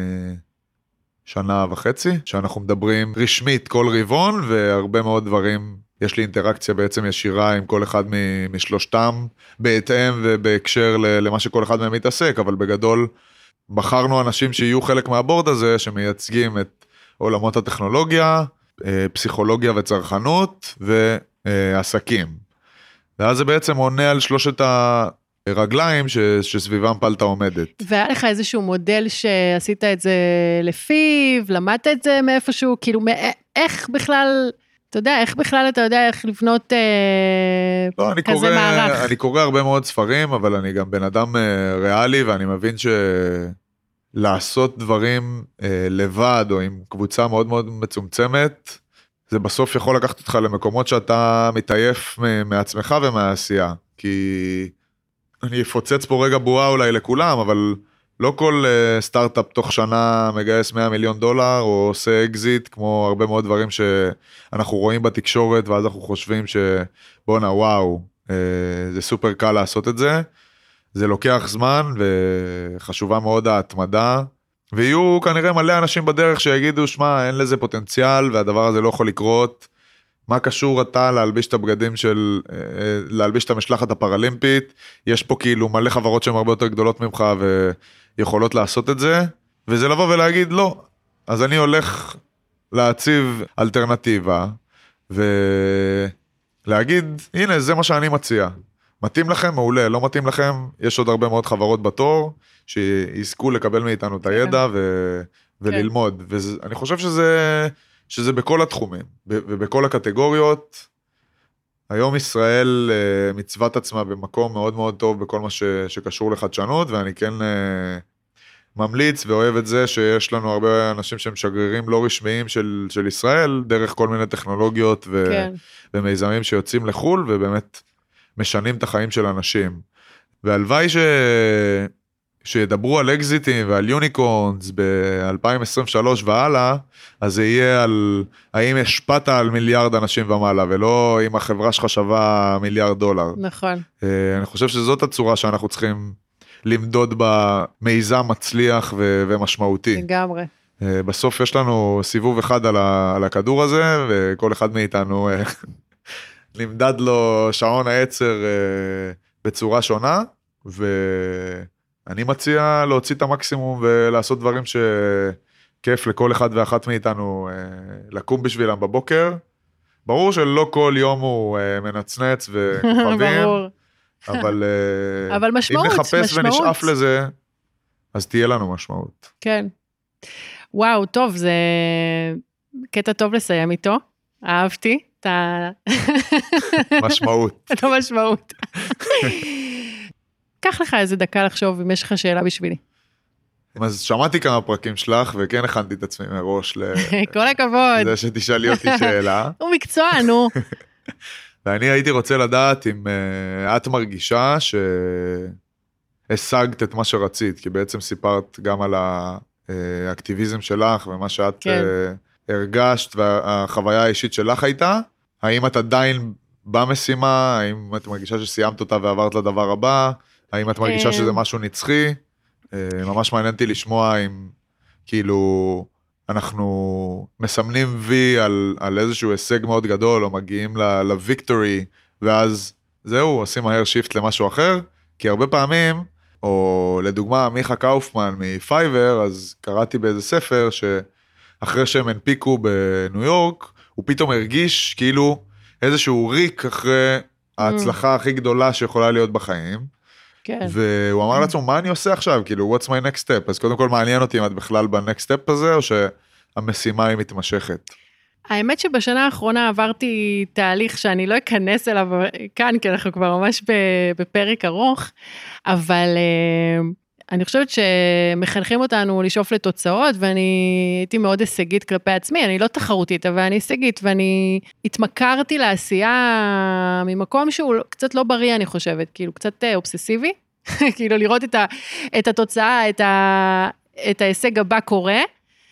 שנה וחצי, שאנחנו מדברים רשמית כל רבעון, והרבה מאוד דברים, יש לי אינטראקציה בעצם ישירה עם כל אחד משלושתם, בהתאם ובהקשר למה שכל אחד מהם מתעסק, אבל בגדול בחרנו אנשים שיהיו חלק מהבורד הזה, שמייצגים את עולמות הטכנולוגיה, פסיכולוגיה וצרכנות ועסקים. ואז זה בעצם עונה על שלושת הרגליים ש, שסביבם פלטה עומדת. והיה לך איזשהו מודל שעשית את זה לפיו, למדת את זה מאיפשהו, כאילו איך בכלל, אתה יודע, איך בכלל אתה יודע איך לבנות אה, לא, כזה קורא, מערך? אני קורא הרבה מאוד ספרים, אבל אני גם בן אדם אה, ריאלי, ואני מבין שלעשות דברים אה, לבד, או עם קבוצה מאוד מאוד מצומצמת, זה בסוף יכול לקחת אותך למקומות שאתה מתעייף מעצמך ומהעשייה, כי אני אפוצץ פה רגע בועה אולי לכולם, אבל לא כל uh, סטארט-אפ תוך שנה מגייס מאה מיליון דולר, או עושה אקזיט, כמו הרבה מאוד דברים שאנחנו רואים בתקשורת, ואז אנחנו חושבים שבונה וואו, uh, זה סופר קל לעשות את זה, זה לוקח זמן, וחשובה מאוד ההתמדה, ויהיו כנראה מלא אנשים בדרך שיגידו, שמה, אין לזה פוטנציאל, והדבר הזה לא יכול לקרות, מה קשור אתה להלביש את הבגדים של, להלביש את המשלחת הפרלימפית, יש פה כאילו מלא חברות שהן הרבה יותר גדולות ממך, ויכולות לעשות את זה, וזה לבוא ולהגיד לא, אז אני הולך להציב אלטרנטיבה, ולהגיד, הנה זה מה שאני מציע, מתאים לכם, מעולה, לא מתאים לכם, יש עוד הרבה מאוד חברות בתור, שיזכו לקבל מאיתנו את הידע, ו... וללמוד, ואני חושב שזה... שזה בכל התחומים, ובכל הקטגוריות, היום ישראל מצוות עצמה במקום מאוד מאוד טוב בכל מה ש, שקשור לחדשנות, ואני כן ממליץ ואוהב את זה שיש לנו הרבה אנשים שהם שגרירים לא רשמיים של, של ישראל, דרך כל מיני טכנולוגיות ו, כן. ומיזמים שיוצאים לחול, ובאמת משנים את החיים של אנשים. והלוואי ש... שידברו על אקזיטים ועל יוניקורנס ב-אלפיים עשרים ושלוש והלאה, אז זה יהיה על האם השפעת על מיליארד אנשים ומעלה, ולא אם החברה שלך שווה מיליארד דולר. נכון. אני חושב שזאת הצורה שאנחנו צריכים למדוד במיזם מצליח ו- ומשמעותי. לגמרי. בסוף יש לנו סיבוב אחד על, ה- על הכדור הזה, וכל אחד מאיתנו נמדד לו שעון העצר בצורה שונה, ואני מציע להוציא את המקסימום ולעשות דברים שכיף לכל אחד ואחת מאיתנו לקום בשבילם בבוקר. ברור שלא כל יום הוא מנצנץ וכוכבים, אבל, אבל משמעות, אם נחפש משמעות. ונשאף לזה, אז תהיה לנו משמעות. כן. וואו, טוב, זה קטע טוב לסיים איתו. אהבתי את ה... משמעות. את המשמעות. קח לך איזה דקה לחשוב אם יש לך שאלה בשבילי. אז שמעתי כמה פרקים שלך, וכן הכנתי את עצמי מראש ל... כל הכבוד. זה שתשאלי אותי שאלה. הוא מקצוע, נו. ואני הייתי רוצה לדעת אם uh, את מרגישה שהשגת את מה שרצית, כי בעצם סיפרת גם על האקטיביזם שלך, ומה שאת כן. uh, הרגשת, והחוויה האישית שלך הייתה. האם את עדיין במשימה, האם את מרגישה שסיימת אותה ועברת לדבר הבא, האם את מרגישה שזה משהו נצחי? Uh, ממש מעניינתי לשמוע אם כאילו... אנחנו מסמנים וי על, על איזשהו הישג מאוד גדול, או מגיעים לוויקטורי, ואז זהו, עושים מהר שיפט למשהו אחר, כי הרבה פעמים, או לדוגמה, מיכה קאופמן מפייבר, אז קראתי באיזה ספר, שאחרי שהם הנפיקו בניו יורק, הוא פתאום הרגיש כאילו איזשהו ריק אחרי ההצלחה הכי גדולה שיכולה להיות בחיים, כן. והוא אמר לעצמו, מה אני עושה עכשיו? כאילו, what's my next step? אז קודם כל מעניין אותי אם את בכלל ב-next step הזה, או שהמשימה היא מתמשכת. האמת שבשנה האחרונה עברתי תהליך שאני לא אכנס אליו כאן, כי אנחנו כבר ממש בפרק ארוך, אבל אני חושבת שמחנכים אותנו לשאוף לתוצאות, ואני הייתי מאוד הישגית כלפי עצמי, אני לא תחרותית, אבל אני הישגית, ואני התמכרתי לעשייה ממקום שהוא קצת לא בריא, אני חושבת, כאילו קצת אובססיבי, כאילו לראות את, ה, את התוצאה, את, ה, את ההישג הבא קורה,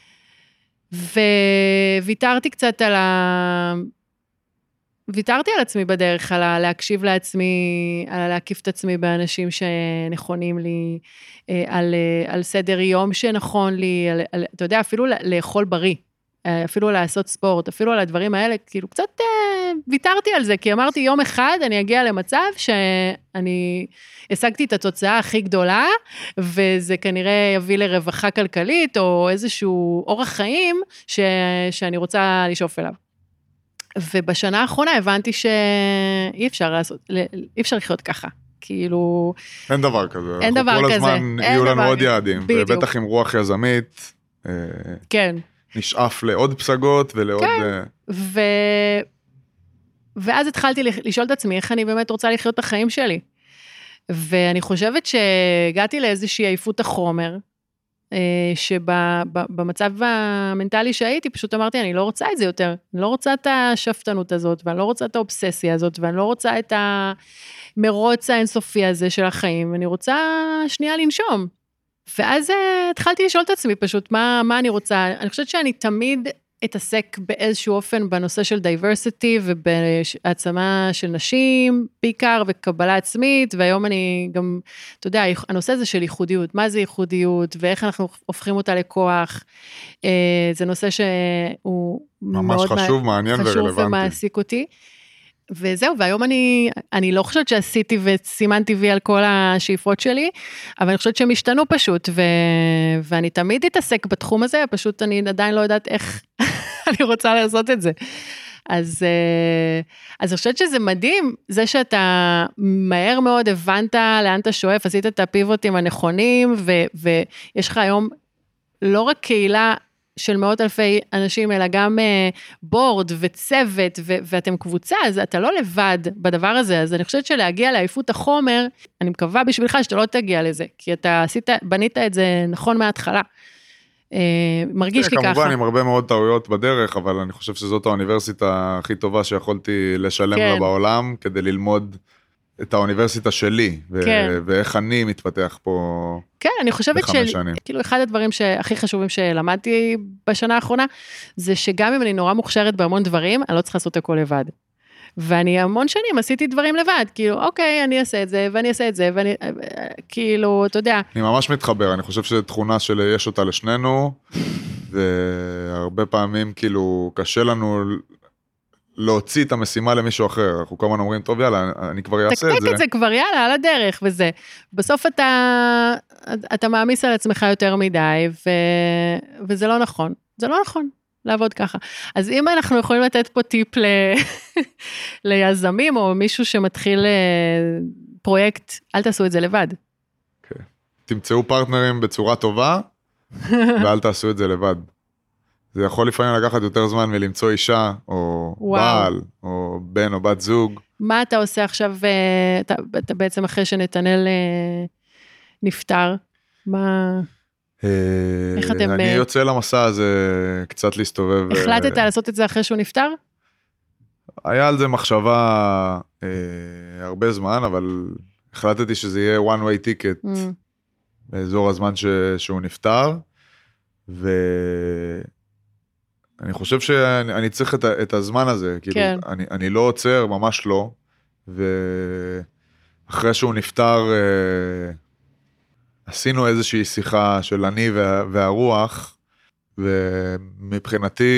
וויתרתי קצת על ה... ויתרתי על עצמי בדרך, על להקשיב לעצמי, על להקיף את עצמי באנשים שנכונים לי, על, על סדר יום שנכון לי, על, על, אתה יודע, אפילו לאכול בריא, אפילו לעשות ספורט, אפילו על הדברים האלה, כאילו קצת ויתרתי על זה, כי אמרתי יום אחד אני אגיע למצב שאני השגתי את התוצאה הכי גדולה, וזה כנראה יביא לרווחה כלכלית, או איזשהו אורח חיים ש, שאני רוצה לשאוף אליו. ובשנה האחרונה הבנתי שאי אפשר לעשות, אי אפשר לחיות ככה, כאילו... אין דבר כזה. אין דבר כזה. כל הזמן יהיו לנו עוד יעדים, ובטח עם רוח יזמית, כן. נשאף לעוד פסגות ולעוד... כן, ו... ואז התחלתי לשאול את עצמי, איך אני באמת רוצה לחיות את החיים שלי. ואני חושבת שהגעתי לאיזושהי עייפות החומר, שבמצב המנטלי שהייתי, פשוט אמרתי, אני לא רוצה את זה יותר, אני לא רוצה את השפטנות הזאת, ואני לא רוצה את האובססיה הזאת, ואני לא רוצה את המרוץ האינסופי הזה של החיים, אני רוצה שנייה לנשום. ואז התחלתי לשאול את עצמי פשוט, מה, מה אני רוצה, אני חושבת שאני תמיד אתעסק באיזשהו אופן בנושא של דייברסיטי, ובהעצמה של נשים, בעיקר, וקבלה עצמית, והיום אני גם, אתה יודע, הנושא הזה של ייחודיות, מה זה ייחודיות, ואיך אנחנו הופכים אותה לכוח, זה נושא שהוא ממש חשוב, מעניין ורלוונטי. חשוב ומעסיק אותי, וזהו, והיום אני, אני לא חושבת שעשיתי וסימנתי וי על כל השאיפות שלי, אבל אני חושבת שהם השתנו פשוט, ו, ואני תמיד אתעסק בתחום הזה, פשוט אני עדיין לא יודעת איך אני רוצה לעשות את זה. אז, אז אני חושבת שזה מדהים, זה שאתה מהר מאוד הבנת לאן אתה שואף, עשית את הפיבוטים הנכונים, ו, ויש לך היום לא רק קהילה, של מאות אלפי אנשים, אלא גם בורד וצוות, ו- ואתם קבוצה, אז אתה לא לבד בדבר הזה, אז אני חושבת שלהגיע לעייפות החומר, אני מקווה בשבילך שאתה לא תגיע לזה, כי אתה עשית, בנית את זה נכון מההתחלה. מרגיש לי ככה. כמובן עם הרבה מאוד טעויות בדרך, אבל אני חושב שזאת האוניברסיטה הכי טובה שיכולתי לשלם לה בעולם, כדי ללמוד את האוניברסיטה שלי, ו- כן. ואיך אני מתפתח פה כן, אני חושבת בחמש של, שנים. כאילו אחד הדברים שהכי חשובים שלמדתי בשנה האחרונה, זה שגם אם אני נורא מוכשרת בהמון דברים, אני לא צריכה לעשות הכל לבד. ואני המון שנים עשיתי דברים לבד, כאילו, אוקיי, אני אעשה את זה, ואני אעשה את זה, ואני, כאילו, אתה יודע. אני ממש מתחבר, אני חושב שזו תכונה שיש אותה לשנינו, והרבה פעמים, כאילו, קשה לנו להוציא את המשימה למישהו אחר. אנחנו כל הזמן אומרים, טוב, יאללה, אני כבר אעשה את זה. תקתק את זה כבר, יאללה, על הדרך, וזה. בסוף אתה, אתה מעמיס על עצמך יותר מדי, ו, וזה לא נכון. זה לא נכון. לעבוד ככה. אז אם אנחנו יכולים לתת פה טיפ ל... ליזמים, או מישהו שמתחיל פרויקט, אל תעשו את זה לבד. Okay. תמצאו פרטנרים בצורה טובה, ואל תעשו את זה לבד. זה יכול לפעמים לקחת יותר זמן מלמצוא אישה, או וואו. בעל, או בן או בת זוג. מה אתה עושה עכשיו, אתה, אתה בעצם אחרי שנתנאל נפטר? מה... איך אתם... אני יוצא למסע הזה קצת להסתובב. החלטת לעשות את זה אחרי שהוא נפטר? היה על זה מחשבה הרבה זמן, אבל החלטתי שזה יהיה one way ticket באזור הזמן שהוא נפטר, ואני חושב שאני צריך את הזמן הזה, כאילו אני לא עוצר, ממש לא, ואחרי שהוא נפטר... עשינו איזושהי שיחה של אני וה, והרוח, ומבחינתי,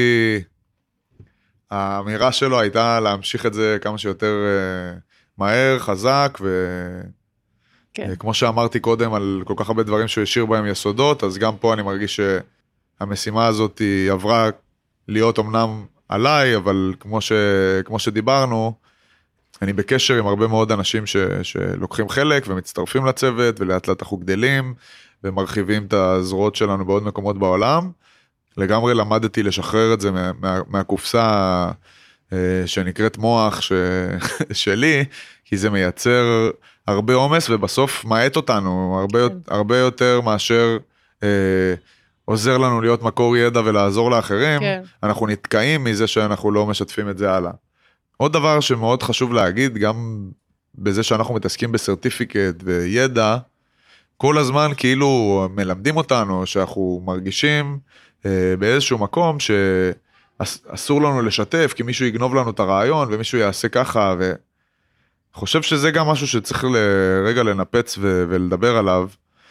האמירה שלו הייתה להמשיך את זה כמה שיותר מהר, חזק, וכמו כן. שאמרתי קודם על כל כך הרבה דברים שהוא השאיר בהם יסודות, אז גם פה אני מרגיש שהמשימה הזאת היא עברה להיות אמנם עליי, אבל כמו, ש, כמו שדיברנו, אני בקשר עם הרבה מאוד אנשים ש, שלוקחים חלק ומצטרפים לצוות, ולאט לאט אנחנו גדלים, ומרחיבים את הזרועות שלנו בעוד מקומות בעולם. לגמרי למדתי לשחרר את זה מה, מה, מהקופסה שנקראת מוח ש, שלי, כי זה מייצר הרבה עומס, ובסוף מעט אותנו, הרבה, כן. הרבה יותר מאשר אה, עוזר לנו להיות מקור ידע ולעזור לאחרים, כן. אנחנו נתקעים מזה שאנחנו לא משתפים את זה הלאה. עוד דבר שמאוד חשוב להגיד, גם בזה שאנחנו מתעסקים בסרטיפיקט וידע, כל הזמן כאילו מלמדים אותנו, שאנחנו מרגישים אה, באיזשהו מקום שאסור לנו לשתף, כי מישהו יגנוב לנו את הרעיון, ומישהו יעשה ככה, וחושב שזה גם משהו שצריך לרגע לנפץ ו- ולדבר עליו,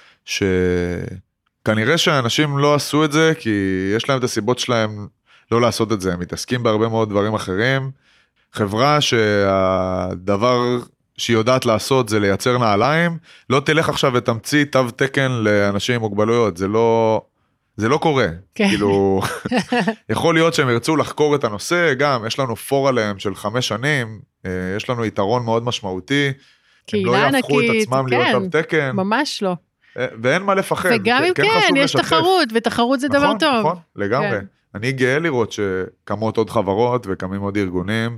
שכנראה שהאנשים לא עשו את זה, כי יש להם את הסיבות שלהם לא לעשות את זה, הם מתעסקים בהרבה מאוד דברים אחרים, חברה שהדבר שהיא יודעת לעשות זה לייצר נעליים, לא תלך עכשיו ותמציא תו תקן לאנשים עם מוגבלויות, זה לא, זה לא קורה. כן. כאילו, יכול להיות שהם ירצו לחקור את הנושא, גם יש לנו פור עליהם של חמש שנים, יש לנו יתרון מאוד משמעותי, הם לא יהפכו את עצמם כן, להיות תו תקן. ממש לא. ואין מה לפחד. וגם אם כן, כן יש לשתף. תחרות, ותחרות זה נכון, דבר טוב. נכון, לגמרי. כן. אני גאה לראות שקמות עוד חברות וקמים עוד ארגונים,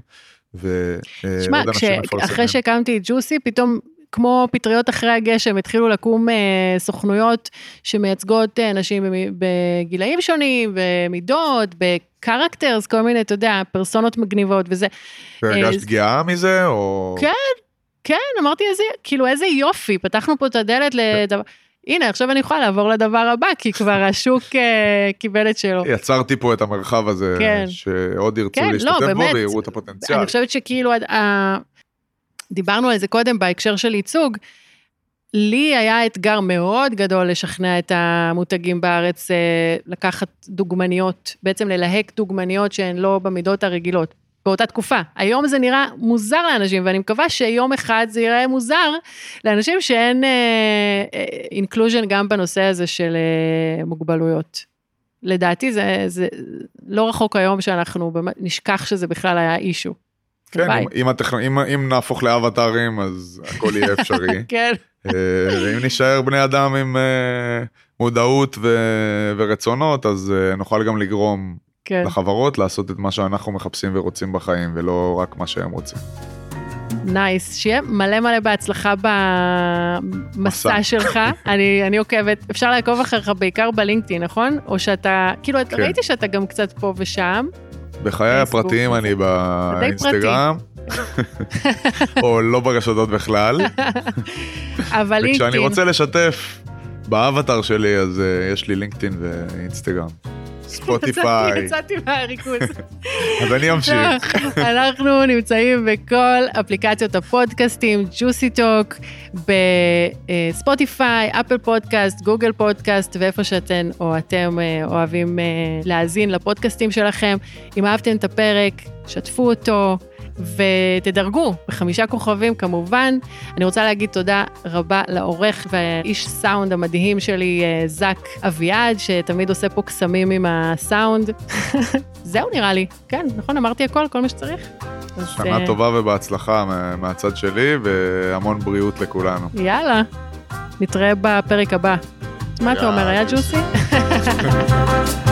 שמה, אחרי שהקמתי את ג'וסי, פתאום כמו פטריות אחרי הגשם, התחילו לקום סוכנויות שמייצגות אנשים בגילאים שונים, במידות, בקרקטרס, כל מיני, אתה יודע, פרסונות מגניבות וזה. והרגשת פגיעה מזה? כן, כן, אמרתי איזה, כאילו איזה יופי, פתחנו פה את הדלת לדבר... הנה, עכשיו אני יכולה לעבור לדבר הבא, כי כבר השוק קיבל את שלו. יצרתי פה את המרחב הזה, כן. שעוד ירצו כן, להשתתף לא, בו, ויראו את הפוטנציאל. אני חושבת שכאילו, דיברנו על זה קודם, בהקשר של ייצוג, לי היה אתגר מאוד גדול לשכנע את המותגים בארץ, לקחת דוגמניות, בעצם ללהק דוגמניות שהן לא במידות הרגילות. באותה תקופה. היום זה נראה מוזר לאנשים, ואני מקווה שיום אחד זה יראה מוזר לאנשים שאין אינקלוז'ן גם בנושא הזה של אה, מוגבלויות. לדעתי זה, זה לא רחוק היום שאנחנו נשכח שזה בכלל היה אישו. כן, אם, אם, הטכנ... אם, אם נהפוך לאבטרים, אז הכל יהיה אפשרי. כן. ואם נשאר בני אדם עם מודעות ו... ורצונות, אז נוכל גם לגרום כן. לחברות לעשות את מה שאנחנו מחפשים ורוצים בחיים, ולא רק מה שהם רוצים. נייס, שיהיה מלא מלא בהצלחה במסע שלך, אני, אני עוקבת, אפשר לעקוב אחריך בעיקר בלינקדאין, נכון? או שאתה, כאילו, כן. ראיתי שאתה גם קצת פה ושם. בחיי הפרטיים אני באינסטגרם, או לא ברשתות בכלל. אבל לינקדאין. וכשאני רוצה לשתף באבטר שלי, אז uh, יש לי לינקדאין ואינסטגרם. ספוטיפיי. יצאתי מהריכוז. אז אני אמשיך. אנחנו נמצאים בכל אפליקציות הפודקאסטים, ג'וסי טוק, בספוטיפיי, אפל פודקאסט, גוגל פודקאסט, ואיפה שאתן או אתם אוהבים להאזין לפודקאסטים שלכם. אם אהבתם את הפרק, שתפו אותו. ותדרגו בחמישה כוכבים כמובן. אני רוצה להגיד תודה רבה לעורך והאיש סאונד המדהים שלי, זק אביעד, שתמיד עושה פה קסמים עם הסאונד. זהו נראה לי, כן, נכון, אמרתי הכל, כל מה שצריך. שנה טובה ובהצלחה מהצד שלי, והמון בריאות לכולנו. יאללה, נתראה בפרק הבא. מה אתה אומר, היה ג'וסי?